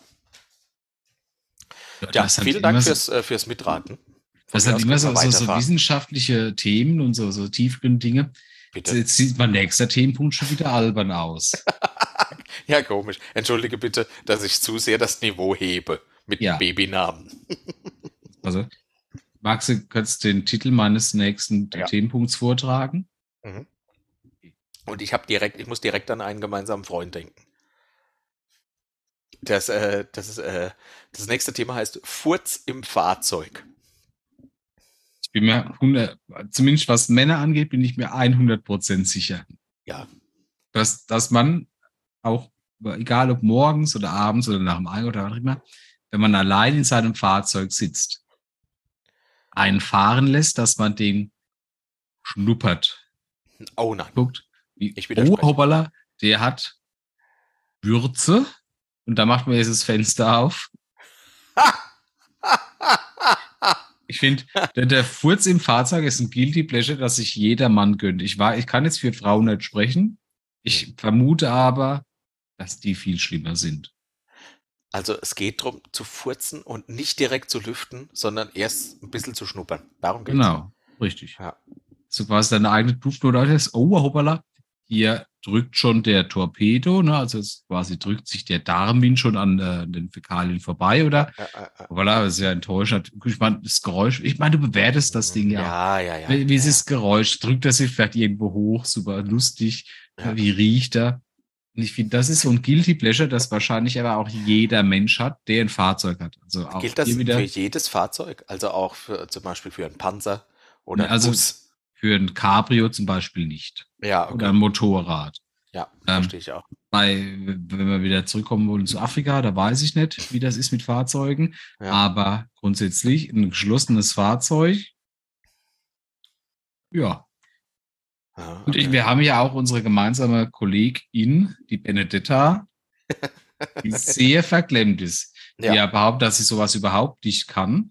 [SPEAKER 1] Ja,
[SPEAKER 2] Ja,
[SPEAKER 1] das hat
[SPEAKER 2] vielen
[SPEAKER 1] immer
[SPEAKER 2] Dank
[SPEAKER 1] so-
[SPEAKER 2] fürs, äh, fürs Mitraten. Von
[SPEAKER 1] Das
[SPEAKER 2] mir
[SPEAKER 1] hat
[SPEAKER 2] aus
[SPEAKER 1] immer
[SPEAKER 2] können
[SPEAKER 1] so,
[SPEAKER 2] wir
[SPEAKER 1] so, so
[SPEAKER 2] weiterfahren.
[SPEAKER 1] wissenschaftliche Themen und so, so tiefgründige Dinge.
[SPEAKER 2] Bitte.
[SPEAKER 1] Jetzt sieht mein nächster Themenpunkt schon wieder albern aus.
[SPEAKER 2] Ja, komisch. Entschuldige bitte, dass ich zu sehr das Niveau hebe mit
[SPEAKER 1] Ja.
[SPEAKER 2] dem Babynamen.
[SPEAKER 1] Also, Max, du könntest den Titel meines nächsten
[SPEAKER 2] Ja.
[SPEAKER 1] Themenpunkts vortragen?
[SPEAKER 2] Mhm. Und ich habe direkt, ich muss direkt an einen gemeinsamen Freund denken. Das, äh, das, ist, äh, das nächste Thema heißt Furz im Fahrzeug.
[SPEAKER 1] Ich bin mir, hundert, zumindest was Männer angeht, bin ich mir hundert Prozent sicher,
[SPEAKER 2] Ja,
[SPEAKER 1] dass, dass man auch, egal ob morgens oder abends oder nach dem Ei oder was auch immer, wenn man allein in seinem Fahrzeug sitzt, einen fahren lässt, dass man den schnuppert.
[SPEAKER 2] oh nein.
[SPEAKER 1] Guckt, wie,
[SPEAKER 2] Ich
[SPEAKER 1] oh,
[SPEAKER 2] widerspreche.
[SPEAKER 1] hoppala, der hat Würze und da macht man jetzt das Fenster auf. Ich finde, der, der Furz im Fahrzeug ist ein Guilty Pleasure, das sich jeder Mann gönnt. Ich, war, ich kann jetzt für Frauen nicht sprechen. Ich vermute aber, dass die viel schlimmer sind.
[SPEAKER 2] Also es geht darum, zu furzen und nicht direkt zu lüften, sondern erst ein bisschen zu schnuppern. Darum geht's.
[SPEAKER 1] Genau, richtig.
[SPEAKER 2] Ja.
[SPEAKER 1] So quasi deine eigene Duftnote ist, oh, hoppala, hier drückt schon der Torpedo, ne? Also es quasi drückt sich der Darmwind schon an äh, den Fäkalien vorbei, oder?
[SPEAKER 2] Ja, ja, ja.
[SPEAKER 1] Hoppala, das ist ja enttäuschend. Ich meine, das Geräusch, ich meine, du bewertest das Ding ja.
[SPEAKER 2] Ja, ja, ja.
[SPEAKER 1] Wie, wie ist
[SPEAKER 2] ja.
[SPEAKER 1] das Geräusch? Drückt er sich vielleicht irgendwo hoch? Super lustig.
[SPEAKER 2] Ja.
[SPEAKER 1] Wie riecht er? Und ich finde, das ist so ein Guilty Pleasure, das wahrscheinlich aber auch jeder Mensch hat, der ein Fahrzeug hat. Also auch
[SPEAKER 2] Gilt das
[SPEAKER 1] hier wieder
[SPEAKER 2] für jedes Fahrzeug? Also auch für, zum Beispiel für einen Panzer oder einen
[SPEAKER 1] Also-
[SPEAKER 2] Bus?
[SPEAKER 1] für ein Cabrio zum Beispiel nicht.
[SPEAKER 2] Ja,
[SPEAKER 1] Oder
[SPEAKER 2] okay.
[SPEAKER 1] ein Motorrad.
[SPEAKER 2] Ja,
[SPEAKER 1] Ähm,
[SPEAKER 2] verstehe ich auch.
[SPEAKER 1] Bei, wenn wir wieder zurückkommen wollen zu Afrika, da weiß ich nicht, wie das ist mit Fahrzeugen.
[SPEAKER 2] Ja.
[SPEAKER 1] Aber grundsätzlich ein geschlossenes Fahrzeug, ja.
[SPEAKER 2] Ja,
[SPEAKER 1] Und ich,
[SPEAKER 2] okay.
[SPEAKER 1] wir haben ja auch unsere gemeinsame Kollegin, die Benedetta, die sehr verklemmt ist. Die
[SPEAKER 2] Ja.
[SPEAKER 1] ja behauptet, dass sie sowas überhaupt nicht kann.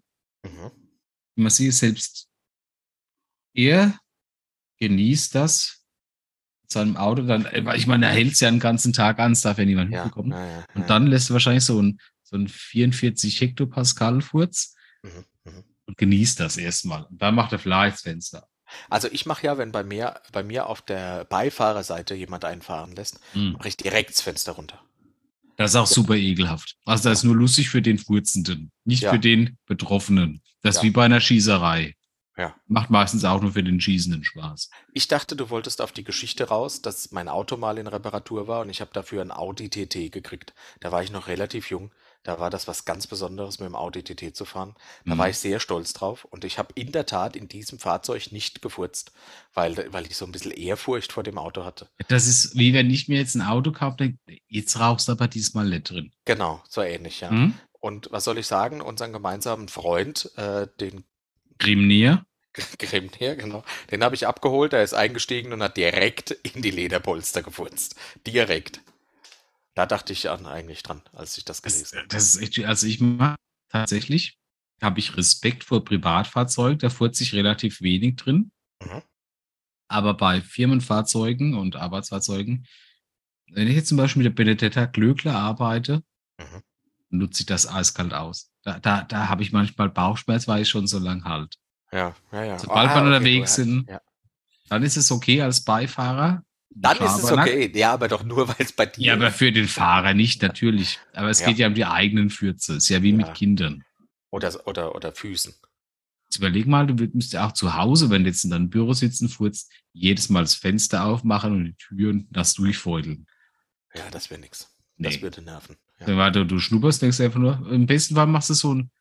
[SPEAKER 2] Mhm.
[SPEAKER 1] Man sieht selbst, er genießt das mit seinem Auto dann, weil ich meine, er hält es ja den ganzen Tag an, das darf ja niemand
[SPEAKER 2] Ja,
[SPEAKER 1] mitbekommen.
[SPEAKER 2] ja, ja,
[SPEAKER 1] Und
[SPEAKER 2] ja.
[SPEAKER 1] dann lässt er wahrscheinlich so ein, so ein vierundvierzig Hektopascal Furz
[SPEAKER 2] Mhm, mhm.
[SPEAKER 1] und genießt das erstmal. Und dann macht er vielleicht das Fenster.
[SPEAKER 2] Also ich mache ja, wenn bei mir, bei mir auf der Beifahrerseite jemand einfahren lässt,
[SPEAKER 1] Hm.
[SPEAKER 2] mache ich direkt das Fenster runter.
[SPEAKER 1] Das ist auch super ekelhaft. Also das ist nur lustig für den Furzenden, nicht
[SPEAKER 2] Ja.
[SPEAKER 1] für den Betroffenen. Das ist
[SPEAKER 2] Ja.
[SPEAKER 1] wie bei einer Schießerei.
[SPEAKER 2] Ja.
[SPEAKER 1] Macht meistens auch nur für den Schießenden Spaß.
[SPEAKER 2] Ich dachte, du wolltest auf die Geschichte raus, dass mein Auto mal in Reparatur war und ich habe dafür ein Audi T T gekriegt. Da war ich noch relativ jung. Da war das was ganz Besonderes, mit dem Audi T T zu fahren. Da
[SPEAKER 1] Mhm.
[SPEAKER 2] war ich sehr stolz drauf und ich habe in der Tat in diesem Fahrzeug nicht gefurzt, weil, weil ich so ein bisschen Ehrfurcht vor dem Auto hatte.
[SPEAKER 1] Das ist wie wenn ich mir jetzt ein Auto kaufe, denke, jetzt rauchst du aber diesmal nicht drin.
[SPEAKER 2] Genau, so ähnlich, ja.
[SPEAKER 1] Mhm.
[SPEAKER 2] Und was soll ich sagen? Unseren gemeinsamen Freund, äh, den
[SPEAKER 1] Grimnier.
[SPEAKER 2] Grimnir, genau, den habe ich abgeholt, der ist eingestiegen und hat direkt in die Lederpolster gefurzt. Direkt. Da dachte ich an eigentlich dran, als ich das
[SPEAKER 1] Das,
[SPEAKER 2] gelesen habe.
[SPEAKER 1] das ist echt, also ich mache tatsächlich, habe ich Respekt vor Privatfahrzeugen, da furze ich relativ wenig drin.
[SPEAKER 2] Mhm.
[SPEAKER 1] Aber bei Firmenfahrzeugen und Arbeitsfahrzeugen, wenn ich jetzt zum Beispiel mit der Benedetta Glöckler arbeite,
[SPEAKER 2] Mhm.
[SPEAKER 1] nutze ich das eiskalt aus. Da, da, da habe ich manchmal Bauchschmerz, weil ich schon so lang halt.
[SPEAKER 2] Ja, ja, ja.
[SPEAKER 1] Sobald
[SPEAKER 2] Ah,
[SPEAKER 1] wir
[SPEAKER 2] okay, du-
[SPEAKER 1] unterwegs sind,
[SPEAKER 2] ja.
[SPEAKER 1] dann ist es okay als Beifahrer.
[SPEAKER 2] Dann ist es
[SPEAKER 1] Schabernack.
[SPEAKER 2] okay. Ja, aber doch nur, weil es bei dir
[SPEAKER 1] Ja, aber
[SPEAKER 2] ist.
[SPEAKER 1] für den Fahrer nicht, natürlich. Aber es
[SPEAKER 2] Ja.
[SPEAKER 1] geht ja um die eigenen Fürze. Ist ja wie
[SPEAKER 2] Ja.
[SPEAKER 1] mit Kindern.
[SPEAKER 2] Oder, oder, oder Füßen.
[SPEAKER 1] Jetzt überleg mal, du müsst ja auch zu Hause, wenn du jetzt in deinem Büro sitzen, furzt, jedes Mal das Fenster aufmachen und die Türen das durchfeudeln.
[SPEAKER 2] Ja, das wäre nix. Das
[SPEAKER 1] Nee.
[SPEAKER 2] würde nerven. Ja.
[SPEAKER 1] Dann warte, du schnupperst, denkst einfach nur, im besten Fall machst du so ein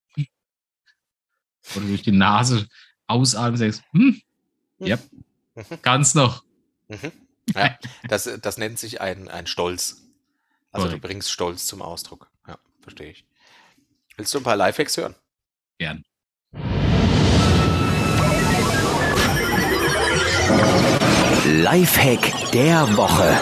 [SPEAKER 1] oder durch die Nase ausatmen, denkst, hm, ja,
[SPEAKER 2] Mhm.
[SPEAKER 1] ganz noch.
[SPEAKER 2] Mhm. Ja, das, das nennt sich ein, ein Stolz. Also
[SPEAKER 1] Korrekt.
[SPEAKER 2] du bringst Stolz zum Ausdruck. Ja, verstehe ich. Willst du ein paar Lifehacks hören?
[SPEAKER 1] Gern.
[SPEAKER 4] Lifehack der Woche.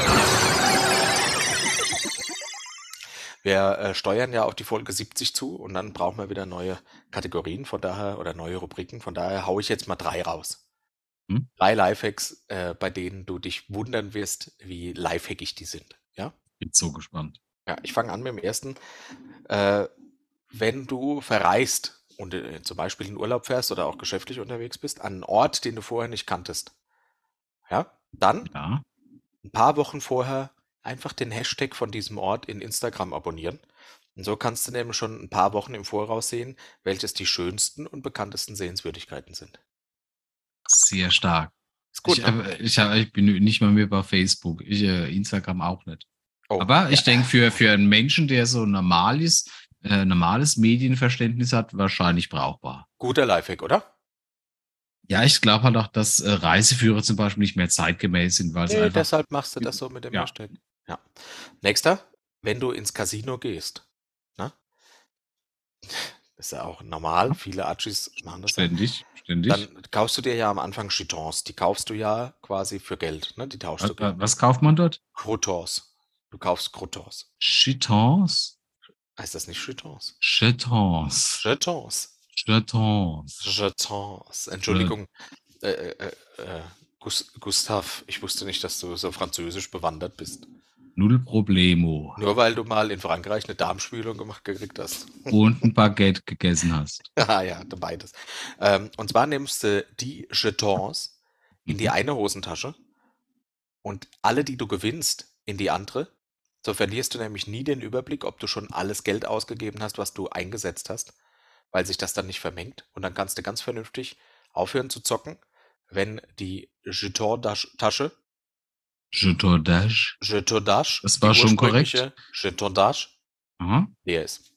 [SPEAKER 2] Wir äh, steuern ja auf die Folge siebzig zu und dann brauchen wir wieder neue Kategorien, von daher, oder neue Rubriken. Von daher haue ich jetzt mal drei raus.
[SPEAKER 1] Hm?
[SPEAKER 2] Drei Lifehacks, äh, bei denen du dich wundern wirst, wie lifehackig die sind. Ja?
[SPEAKER 1] Bin so gespannt.
[SPEAKER 2] Ja, ich fange an mit dem ersten. Äh, wenn du verreist und äh, zum Beispiel in Urlaub fährst oder auch geschäftlich unterwegs bist, an einen Ort, den du vorher nicht kanntest, ja, dann
[SPEAKER 1] Ja.
[SPEAKER 2] ein paar Wochen vorher einfach den Hashtag von diesem Ort in Instagram abonnieren. Und so kannst du nämlich schon ein paar Wochen im Voraus sehen, welches die schönsten und bekanntesten Sehenswürdigkeiten sind.
[SPEAKER 1] Sehr stark.
[SPEAKER 2] Ist gut,
[SPEAKER 1] ich,
[SPEAKER 2] ne?
[SPEAKER 1] äh, ich, ich bin nicht mal mehr bei Facebook. Ich, äh, Instagram auch nicht.
[SPEAKER 2] Oh,
[SPEAKER 1] Aber ich
[SPEAKER 2] ja.
[SPEAKER 1] denke, für, für einen Menschen, der so normal ist, äh, normales Medienverständnis hat, wahrscheinlich brauchbar.
[SPEAKER 2] Guter Lifehack, oder?
[SPEAKER 1] Ja, ich glaube halt auch, dass äh, Reiseführer zum Beispiel nicht mehr zeitgemäß sind, weil sie
[SPEAKER 2] Nee,
[SPEAKER 1] einfach.
[SPEAKER 2] deshalb machst du das so mit dem
[SPEAKER 1] Ja.
[SPEAKER 2] Hashtag. Ja. Nächster, wenn du ins Casino gehst, ne? Das ist ja auch normal, viele Atschis machen das ja.
[SPEAKER 1] Ständig, ständig.
[SPEAKER 2] Dann kaufst du dir ja am Anfang Chitons. Die kaufst du ja quasi für Geld, ne? Die tauschst
[SPEAKER 1] was,
[SPEAKER 2] du gegen
[SPEAKER 1] was kauft man dort?
[SPEAKER 2] Croutons. Du kaufst Croutons.
[SPEAKER 1] Chitons?
[SPEAKER 2] Heißt das nicht Chitons?
[SPEAKER 1] Chetons.
[SPEAKER 2] Jetons.
[SPEAKER 1] Chetons.
[SPEAKER 2] Jetons. Entschuldigung, äh, äh, äh, Gus, Gustav, ich wusste nicht, dass du so französisch bewandert bist.
[SPEAKER 1] Null Problemo.
[SPEAKER 2] Nur weil du mal in Frankreich eine Darmspülung gemacht gekriegt hast.
[SPEAKER 1] Und ein Baguette gegessen hast.
[SPEAKER 2] Ah ja, beides. Ähm, und zwar nimmst du die Jetons in die eine Hosentasche und alle, die du gewinnst, in die andere. So verlierst du nämlich nie den Überblick, ob du schon alles Geld ausgegeben hast, was du eingesetzt hast, weil sich das dann nicht vermengt. Und dann kannst du ganz vernünftig aufhören zu zocken, wenn die Jeton-Tasche,
[SPEAKER 1] Jetondage.
[SPEAKER 2] Jetondage,
[SPEAKER 1] Das war
[SPEAKER 2] die
[SPEAKER 1] schon
[SPEAKER 2] ursprüngliche Jetondage,
[SPEAKER 1] Aha.
[SPEAKER 2] leer ist.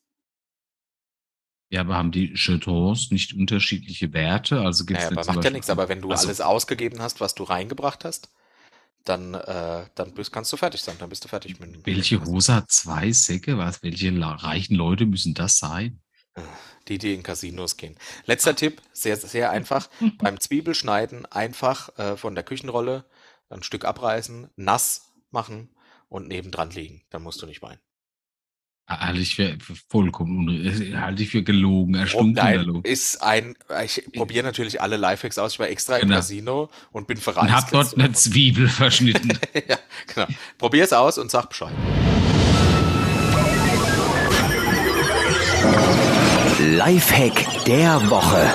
[SPEAKER 1] Ja, aber haben die Jetons nicht unterschiedliche Werte? Also gibt's
[SPEAKER 2] Naja,
[SPEAKER 1] nicht
[SPEAKER 2] aber
[SPEAKER 1] zum
[SPEAKER 2] macht ja
[SPEAKER 1] Beispiel-
[SPEAKER 2] nichts, aber wenn du
[SPEAKER 1] Also-
[SPEAKER 2] alles ausgegeben hast, was du reingebracht hast, dann, äh, dann bist, kannst du fertig sein, dann bist du fertig mit dem-
[SPEAKER 1] Welche Hose hat zwei Säcke? Was? Welche la- reichen Leute müssen das sein?
[SPEAKER 2] Die, die in Casinos gehen. Letzter Tipp, sehr, sehr einfach. Beim Zwiebelschneiden einfach äh, von der Küchenrolle ein Stück abreißen, nass machen und nebendran liegen. Dann musst du nicht weinen.
[SPEAKER 1] Halte ich für, für vollkommen unre- halte ich für gelogen,
[SPEAKER 2] Oh,
[SPEAKER 1] erstunken
[SPEAKER 2] nein,
[SPEAKER 1] erlogen.
[SPEAKER 2] ist ein. Ich probiere natürlich alle Lifehacks aus. Ich war extra im
[SPEAKER 1] Genau.
[SPEAKER 2] Casino und bin
[SPEAKER 1] Und
[SPEAKER 2] verreist.
[SPEAKER 1] hab dort
[SPEAKER 2] letzte
[SPEAKER 1] eine
[SPEAKER 2] Woche.
[SPEAKER 1] Zwiebel verschnitten.
[SPEAKER 2] Ja, genau. Probier's aus und sag Bescheid.
[SPEAKER 4] Lifehack der Woche.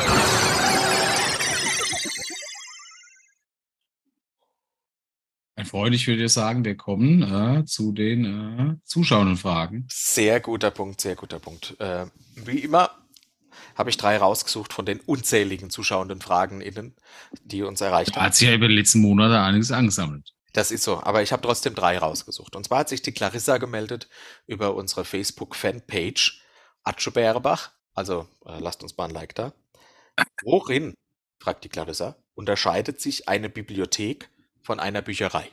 [SPEAKER 1] Ein Freund, ich würde dir sagen, wir kommen äh, zu den äh, zuschauenden Fragen.
[SPEAKER 2] Sehr guter Punkt, sehr guter Punkt. Äh, wie immer habe ich drei rausgesucht von den unzähligen zuschauenden Fragen innen, die uns erreicht
[SPEAKER 1] Da
[SPEAKER 2] haben.
[SPEAKER 1] hat sich ja über die letzten Monate einiges angesammelt.
[SPEAKER 2] Das ist so, aber ich habe trotzdem drei rausgesucht. Und zwar hat sich die Clarissa gemeldet über unsere Facebook-Fanpage Atscheberbach. Also äh, lasst uns mal ein Like da. Worin, fragt die Clarissa, unterscheidet sich eine Bibliothek von einer Bücherei?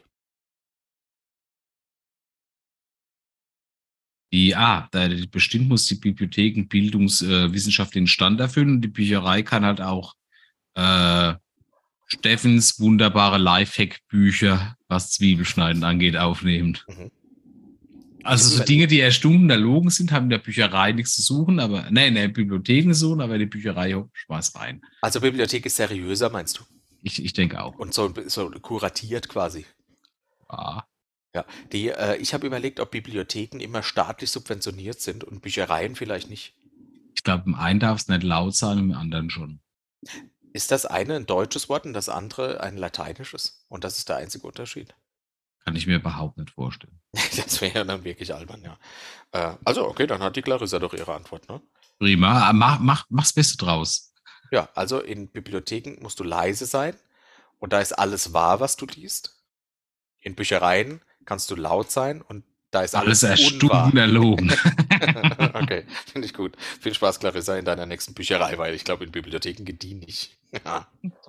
[SPEAKER 1] Die, ah, da, bestimmt muss die Bibliothek einen bildungswissenschaftlichen Stand erfüllen und die Bücherei kann halt auch äh, Steffens wunderbare Lifehack-Bücher, was Zwiebelschneiden angeht, aufnehmen.
[SPEAKER 2] Mhm.
[SPEAKER 1] Also so
[SPEAKER 2] Über-
[SPEAKER 1] Dinge, die erstunken erlogen sind, haben in der Bücherei nichts zu suchen, aber nein, in der Bibliothek zu suchen, aber in die Bücherei oh, Spaß rein.
[SPEAKER 2] Also Bibliothek ist seriöser, meinst du?
[SPEAKER 1] Ich, ich denke auch.
[SPEAKER 2] Und so, so kuratiert quasi.
[SPEAKER 1] Ah,
[SPEAKER 2] Ja, die, äh, ich habe überlegt, ob Bibliotheken immer staatlich subventioniert sind und Büchereien vielleicht nicht.
[SPEAKER 1] ich glaube, im einen darf es nicht laut sein, im anderen schon.
[SPEAKER 2] Ist das eine ein deutsches Wort und das andere ein lateinisches? Und das ist der einzige Unterschied.
[SPEAKER 1] Kann ich mir überhaupt nicht vorstellen.
[SPEAKER 2] Das wäre dann wirklich albern, ja. Äh, also, okay, dann hat die Clarissa doch ihre Antwort, ne?
[SPEAKER 1] Prima, Ah, mach, mach, mach's Beste draus.
[SPEAKER 2] Ja, also in Bibliotheken musst du leise sein und da ist alles wahr, was du liest. In Büchereien kannst du laut sein und da ist alles,
[SPEAKER 1] Alles
[SPEAKER 2] unwahr.
[SPEAKER 1] erstunken erlogen.
[SPEAKER 2] Okay, finde ich gut. Viel Spaß, Clarissa, in deiner nächsten Bücherei, weil ich glaube, in Bibliotheken geht die nicht. Ja.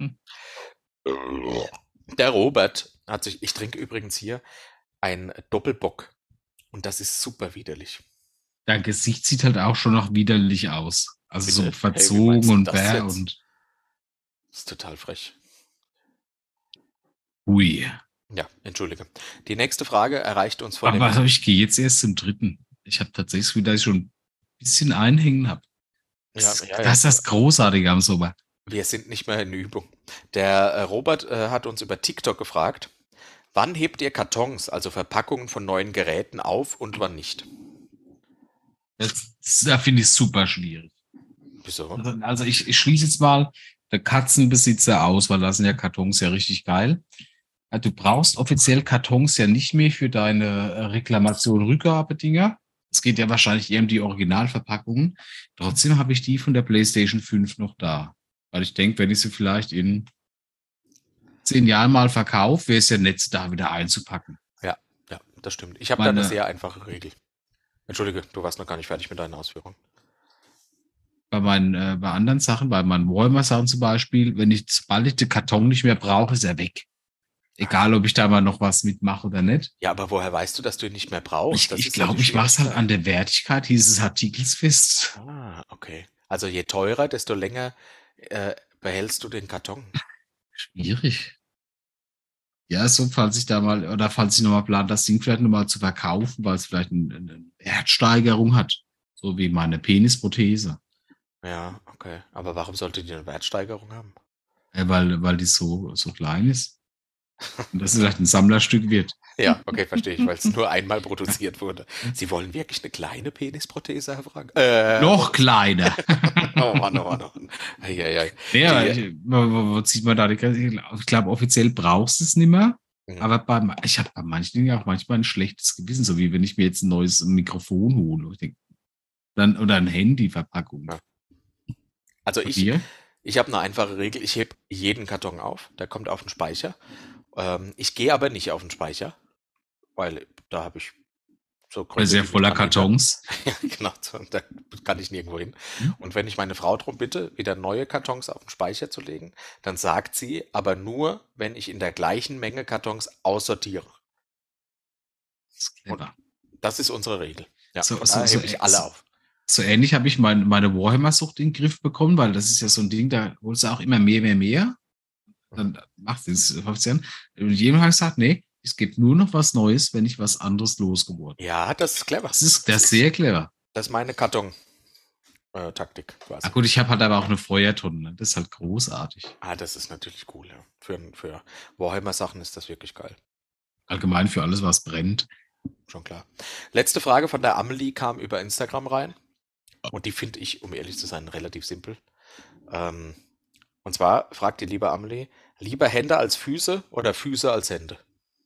[SPEAKER 2] Der Robert hat sich, ich trinke übrigens hier ein Doppelbock und das ist super widerlich.
[SPEAKER 1] Dein Gesicht sieht halt auch schon noch widerlich aus. Also
[SPEAKER 2] Bitte?
[SPEAKER 1] so
[SPEAKER 2] Hey, wie
[SPEAKER 1] verzogen
[SPEAKER 2] meinst du
[SPEAKER 1] und
[SPEAKER 2] das
[SPEAKER 1] bäh
[SPEAKER 2] jetzt?
[SPEAKER 1] und
[SPEAKER 2] Das ist total frech.
[SPEAKER 1] hui.
[SPEAKER 2] Ja, entschuldige. Die nächste Frage erreicht uns von
[SPEAKER 1] Aber
[SPEAKER 2] dem,
[SPEAKER 1] ich gehe jetzt erst zum dritten. Ich habe tatsächlich das Gefühl, dass ich schon ein bisschen einhängen habe. Das,
[SPEAKER 2] Ja, ja, ja.
[SPEAKER 1] das ist das Großartige am Sommer.
[SPEAKER 2] Wir sind nicht mehr in Übung. Der äh, Robert äh, hat uns über TikTok gefragt, wann hebt ihr Kartons, also Verpackungen von neuen Geräten auf und wann nicht?
[SPEAKER 1] Das, da finde ich es super schwierig.
[SPEAKER 2] Wieso?
[SPEAKER 1] Also, also ich, ich schließe jetzt mal der Katzenbesitzer aus, weil da sind ja Kartons ja richtig geil. Ja, du brauchst offiziell Kartons ja nicht mehr für deine äh, Reklamation-Rückgabedinger. Es geht ja wahrscheinlich eher um die Originalverpackungen. Trotzdem habe ich die von der PlayStation fünf noch da. Weil ich denke, wenn ich sie vielleicht in zehn Jahren mal verkaufe, wäre es ja nett, sie da wieder einzupacken.
[SPEAKER 2] Ja, ja, das stimmt. Ich habe da
[SPEAKER 1] Meine-
[SPEAKER 2] eine sehr einfache Regel. Entschuldige, du warst noch gar nicht fertig mit deinen Ausführungen.
[SPEAKER 1] Bei meinen, äh, bei anderen Sachen, bei meinen Warhammer-Sachen zum Beispiel, wenn ich, sobald ich den Karton nicht mehr brauche, ist er weg. Egal, ob ich da mal noch was mitmache oder nicht.
[SPEAKER 2] Ja, aber woher weißt du, dass du ihn nicht mehr brauchst?
[SPEAKER 1] Ich,
[SPEAKER 2] Das
[SPEAKER 1] ich
[SPEAKER 2] ist ja
[SPEAKER 1] glaube,
[SPEAKER 2] die
[SPEAKER 1] ich mache es halt
[SPEAKER 2] Schwierigkeit.
[SPEAKER 1] an der Wertigkeit dieses Artikels fest.
[SPEAKER 2] Ah, okay. Also je teurer, desto länger äh, behältst du den Karton.
[SPEAKER 1] Schwierig. Ja, so, falls ich da mal, oder falls ich nochmal plane, das Ding vielleicht nochmal zu verkaufen, weil es vielleicht eine, eine Wertsteigerung hat. So wie meine Penisprothese.
[SPEAKER 2] Ja, okay. Aber warum sollte die eine Wertsteigerung haben?
[SPEAKER 1] Ja, weil, weil die so, so klein ist. Und das vielleicht ein Sammlerstück wird.
[SPEAKER 2] Ja, okay, verstehe ich, weil es nur einmal produziert wurde. Sie wollen wirklich eine kleine Penisprothese, Herr Frank? Äh,
[SPEAKER 1] Noch kleiner.
[SPEAKER 2] Oh Mann, oh Mann, oh Mann. Eieiei.
[SPEAKER 1] Ja,
[SPEAKER 2] Die-
[SPEAKER 1] ich, wo, wo wo zieht man da die Grenze? Ich glaube, offiziell brauchst du es nicht mehr.
[SPEAKER 2] Mhm.
[SPEAKER 1] Aber bei, ma- ich habe bei manchen Dingen auch manchmal ein schlechtes Gewissen, so wie wenn ich mir jetzt ein neues Mikrofon hole. Ich denk, dann, oder ein Handyverpackung.
[SPEAKER 2] Ja. Also
[SPEAKER 1] Bei
[SPEAKER 2] ich,
[SPEAKER 1] dir?
[SPEAKER 2] ich habe eine einfache Regel. Ich heb jeden Karton auf. Der kommt auf den Speicher. Ähm, ich gehe aber nicht auf den Speicher, weil da habe ich so
[SPEAKER 1] Der
[SPEAKER 2] Gründe,
[SPEAKER 1] ist ja
[SPEAKER 2] die mich
[SPEAKER 1] voller
[SPEAKER 2] dran hindern.
[SPEAKER 1] Kartons.
[SPEAKER 2] Ja, genau, so, da kann ich nirgendwo hin.
[SPEAKER 1] Hm?
[SPEAKER 2] Und wenn ich meine Frau darum bitte, wieder neue Kartons auf den Speicher zu legen, dann sagt sie, aber nur, wenn ich in der gleichen Menge Kartons aussortiere.
[SPEAKER 1] Das ist clever.
[SPEAKER 2] Das ist unsere Regel. Ja,
[SPEAKER 1] So-
[SPEAKER 2] von
[SPEAKER 1] so-
[SPEAKER 2] daher
[SPEAKER 1] so-
[SPEAKER 2] hebe ich alle
[SPEAKER 1] so-
[SPEAKER 2] auf.
[SPEAKER 1] So ähnlich habe ich mein, meine Warhammer-Sucht in den Griff bekommen, weil das ist ja so ein Ding, da holst du auch immer mehr, mehr, mehr. Dann machst du es. Und jedem habe ich gesagt, nee, Es gibt nur noch was Neues, wenn ich was anderes losgeworden bin.
[SPEAKER 2] Ja, das ist clever.
[SPEAKER 1] Das ist, das ist sehr clever.
[SPEAKER 2] Das ist meine Karton-Taktik quasi.
[SPEAKER 1] Ah gut, ich habe halt aber auch eine Feuertonne. Ne? Das ist halt großartig.
[SPEAKER 2] Ah, das ist natürlich cool, ja. Für, für Warhammer-Sachen ist das wirklich geil.
[SPEAKER 1] Allgemein für alles, was brennt.
[SPEAKER 2] Schon klar. Letzte Frage von der Amelie kam über Instagram rein. Und die finde ich, um ehrlich zu sein, relativ simpel. Ähm, und zwar fragt die liebe Amelie, lieber Hände als Füße oder Füße als Hände?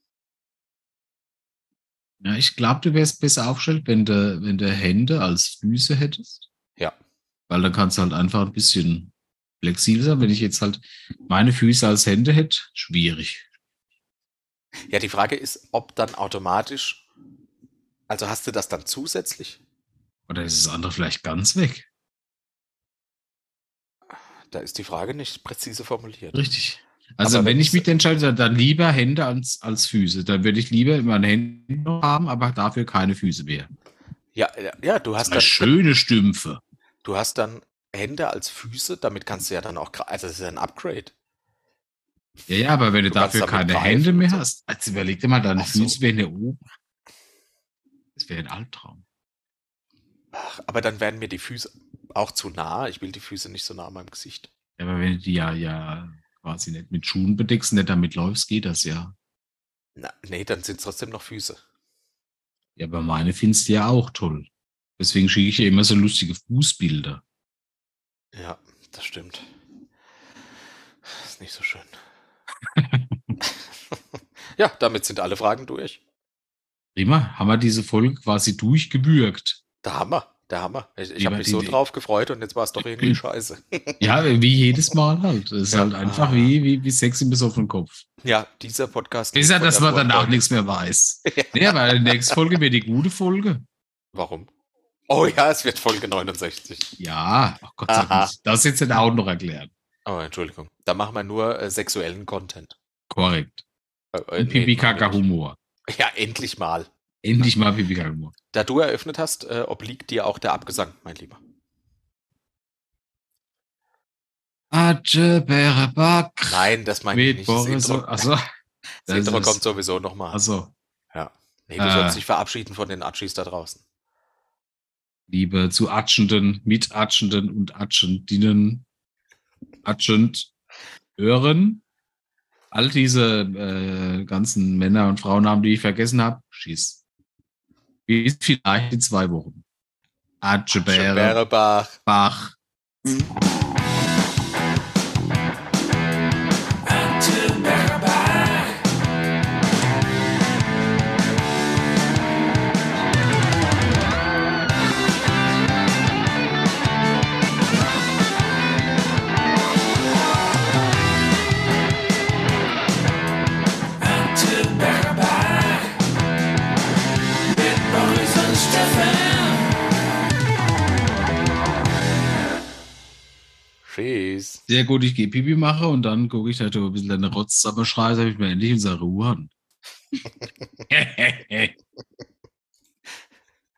[SPEAKER 1] Ja, ich glaube, du wärst besser aufgestellt, wenn du, wenn du Hände als Füße hättest.
[SPEAKER 2] Ja.
[SPEAKER 1] Weil dann kannst du halt einfach ein bisschen flexibel sein. Wenn ich jetzt halt meine Füße als Hände hätte, schwierig.
[SPEAKER 2] Ja, die Frage ist, ob dann automatisch, also hast du das dann zusätzlich?
[SPEAKER 1] Oder ist das andere vielleicht ganz weg?
[SPEAKER 2] Da ist die Frage nicht präzise formuliert.
[SPEAKER 1] Richtig. Also
[SPEAKER 2] Aber
[SPEAKER 1] wenn
[SPEAKER 2] wenn
[SPEAKER 1] ich
[SPEAKER 2] es-
[SPEAKER 1] mich entscheide, dann lieber Hände als, als Füße. Dann würde ich lieber meine Hände noch haben, aber dafür keine Füße mehr.
[SPEAKER 2] Ja, ja, ja, du hast
[SPEAKER 1] Zwei
[SPEAKER 2] dann,
[SPEAKER 1] schöne Stümpfe.
[SPEAKER 2] du hast dann Hände als Füße, damit kannst du ja dann auch, gra- also das ist ja ein Upgrade.
[SPEAKER 1] Ja, ja, aber wenn du,
[SPEAKER 2] Du kannst
[SPEAKER 1] dafür
[SPEAKER 2] damit
[SPEAKER 1] keine
[SPEAKER 2] greifen
[SPEAKER 1] Hände
[SPEAKER 2] und
[SPEAKER 1] mehr
[SPEAKER 2] so.
[SPEAKER 1] hast, also überleg dir mal, deine
[SPEAKER 2] Ach so.
[SPEAKER 1] Füße wären ja oben. Das wäre ein Albtraum.
[SPEAKER 2] Ach, aber dann werden mir die Füße auch zu nah. Ich will die Füße nicht so nah an meinem Gesicht.
[SPEAKER 1] Ja, aber wenn du die ja, ja quasi nicht mit Schuhen bedeckst, nicht damit läufst, geht das ja.
[SPEAKER 2] Na, nee, dann sind es trotzdem noch Füße.
[SPEAKER 1] Ja, aber meine findest du ja auch toll. Deswegen schicke ich ja immer so lustige Fußbilder.
[SPEAKER 2] Ja, das stimmt. Ist nicht so schön. Ja, damit sind alle Fragen durch.
[SPEAKER 1] Prima, haben wir diese Folge quasi durchgebürgt.
[SPEAKER 2] Der Hammer, der Hammer. Ich, ich
[SPEAKER 1] Lieber
[SPEAKER 2] habe mich so
[SPEAKER 1] die-
[SPEAKER 2] drauf gefreut und jetzt war es doch irgendwie scheiße.
[SPEAKER 1] Ja, wie jedes Mal halt. Das ist
[SPEAKER 2] Ja.
[SPEAKER 1] halt einfach wie, wie, wie Sex im besoffenen Kopf.
[SPEAKER 2] Ja, dieser Podcast.
[SPEAKER 1] Besser,
[SPEAKER 2] lebt von
[SPEAKER 1] dass
[SPEAKER 2] der
[SPEAKER 1] man danach
[SPEAKER 2] Vorfreude.
[SPEAKER 1] nichts mehr weiß. Ja, weil die nächste Folge wäre die gute Folge.
[SPEAKER 2] Warum? Oh ja, es wird Folge neunundsechzig.
[SPEAKER 1] Ja, ach Gott sei
[SPEAKER 2] Aha.
[SPEAKER 1] Dank. Das jetzt nicht auch noch erklären.
[SPEAKER 2] Oh, Entschuldigung. Da machen wir nur äh, sexuellen Content.
[SPEAKER 1] Korrekt.
[SPEAKER 2] Äh, äh,
[SPEAKER 1] Und
[SPEAKER 2] nee,
[SPEAKER 1] Pipi-Kaka-Humor.
[SPEAKER 2] Ja, endlich mal.
[SPEAKER 1] Endlich mal Pipi-Kaka-Humor.
[SPEAKER 2] Da du eröffnet hast, äh, obliegt dir auch der Abgesang, mein Lieber.
[SPEAKER 1] Atsche, Bäre, Back.
[SPEAKER 2] Nein, das meine ich
[SPEAKER 1] Mit
[SPEAKER 2] nicht. Das
[SPEAKER 1] Boris.
[SPEAKER 2] Intro,
[SPEAKER 1] Achso.
[SPEAKER 2] das
[SPEAKER 1] das
[SPEAKER 2] Intro
[SPEAKER 1] ist-
[SPEAKER 2] kommt sowieso nochmal.
[SPEAKER 1] Achso.
[SPEAKER 2] Ja. Nee, du
[SPEAKER 1] Äh.
[SPEAKER 2] sollst dich verabschieden von den Atschis da draußen.
[SPEAKER 1] Liebe zu Atschenden, Mitatschenden und Atschendinnen, Atschend, Hören. All diese äh, ganzen Männer und Frauennamen, die ich vergessen habe, schieß. Bis vielleicht in zwei Wochen. Atsche, Bäre,
[SPEAKER 2] Bärebach.
[SPEAKER 1] Bach.
[SPEAKER 2] Tschüss.
[SPEAKER 1] Sehr gut, ich gehe Pipi mache und dann gucke ich, dass du ein bisschen deine Rotz zusammenschreibst, damit wir endlich unsere Ruhe haben.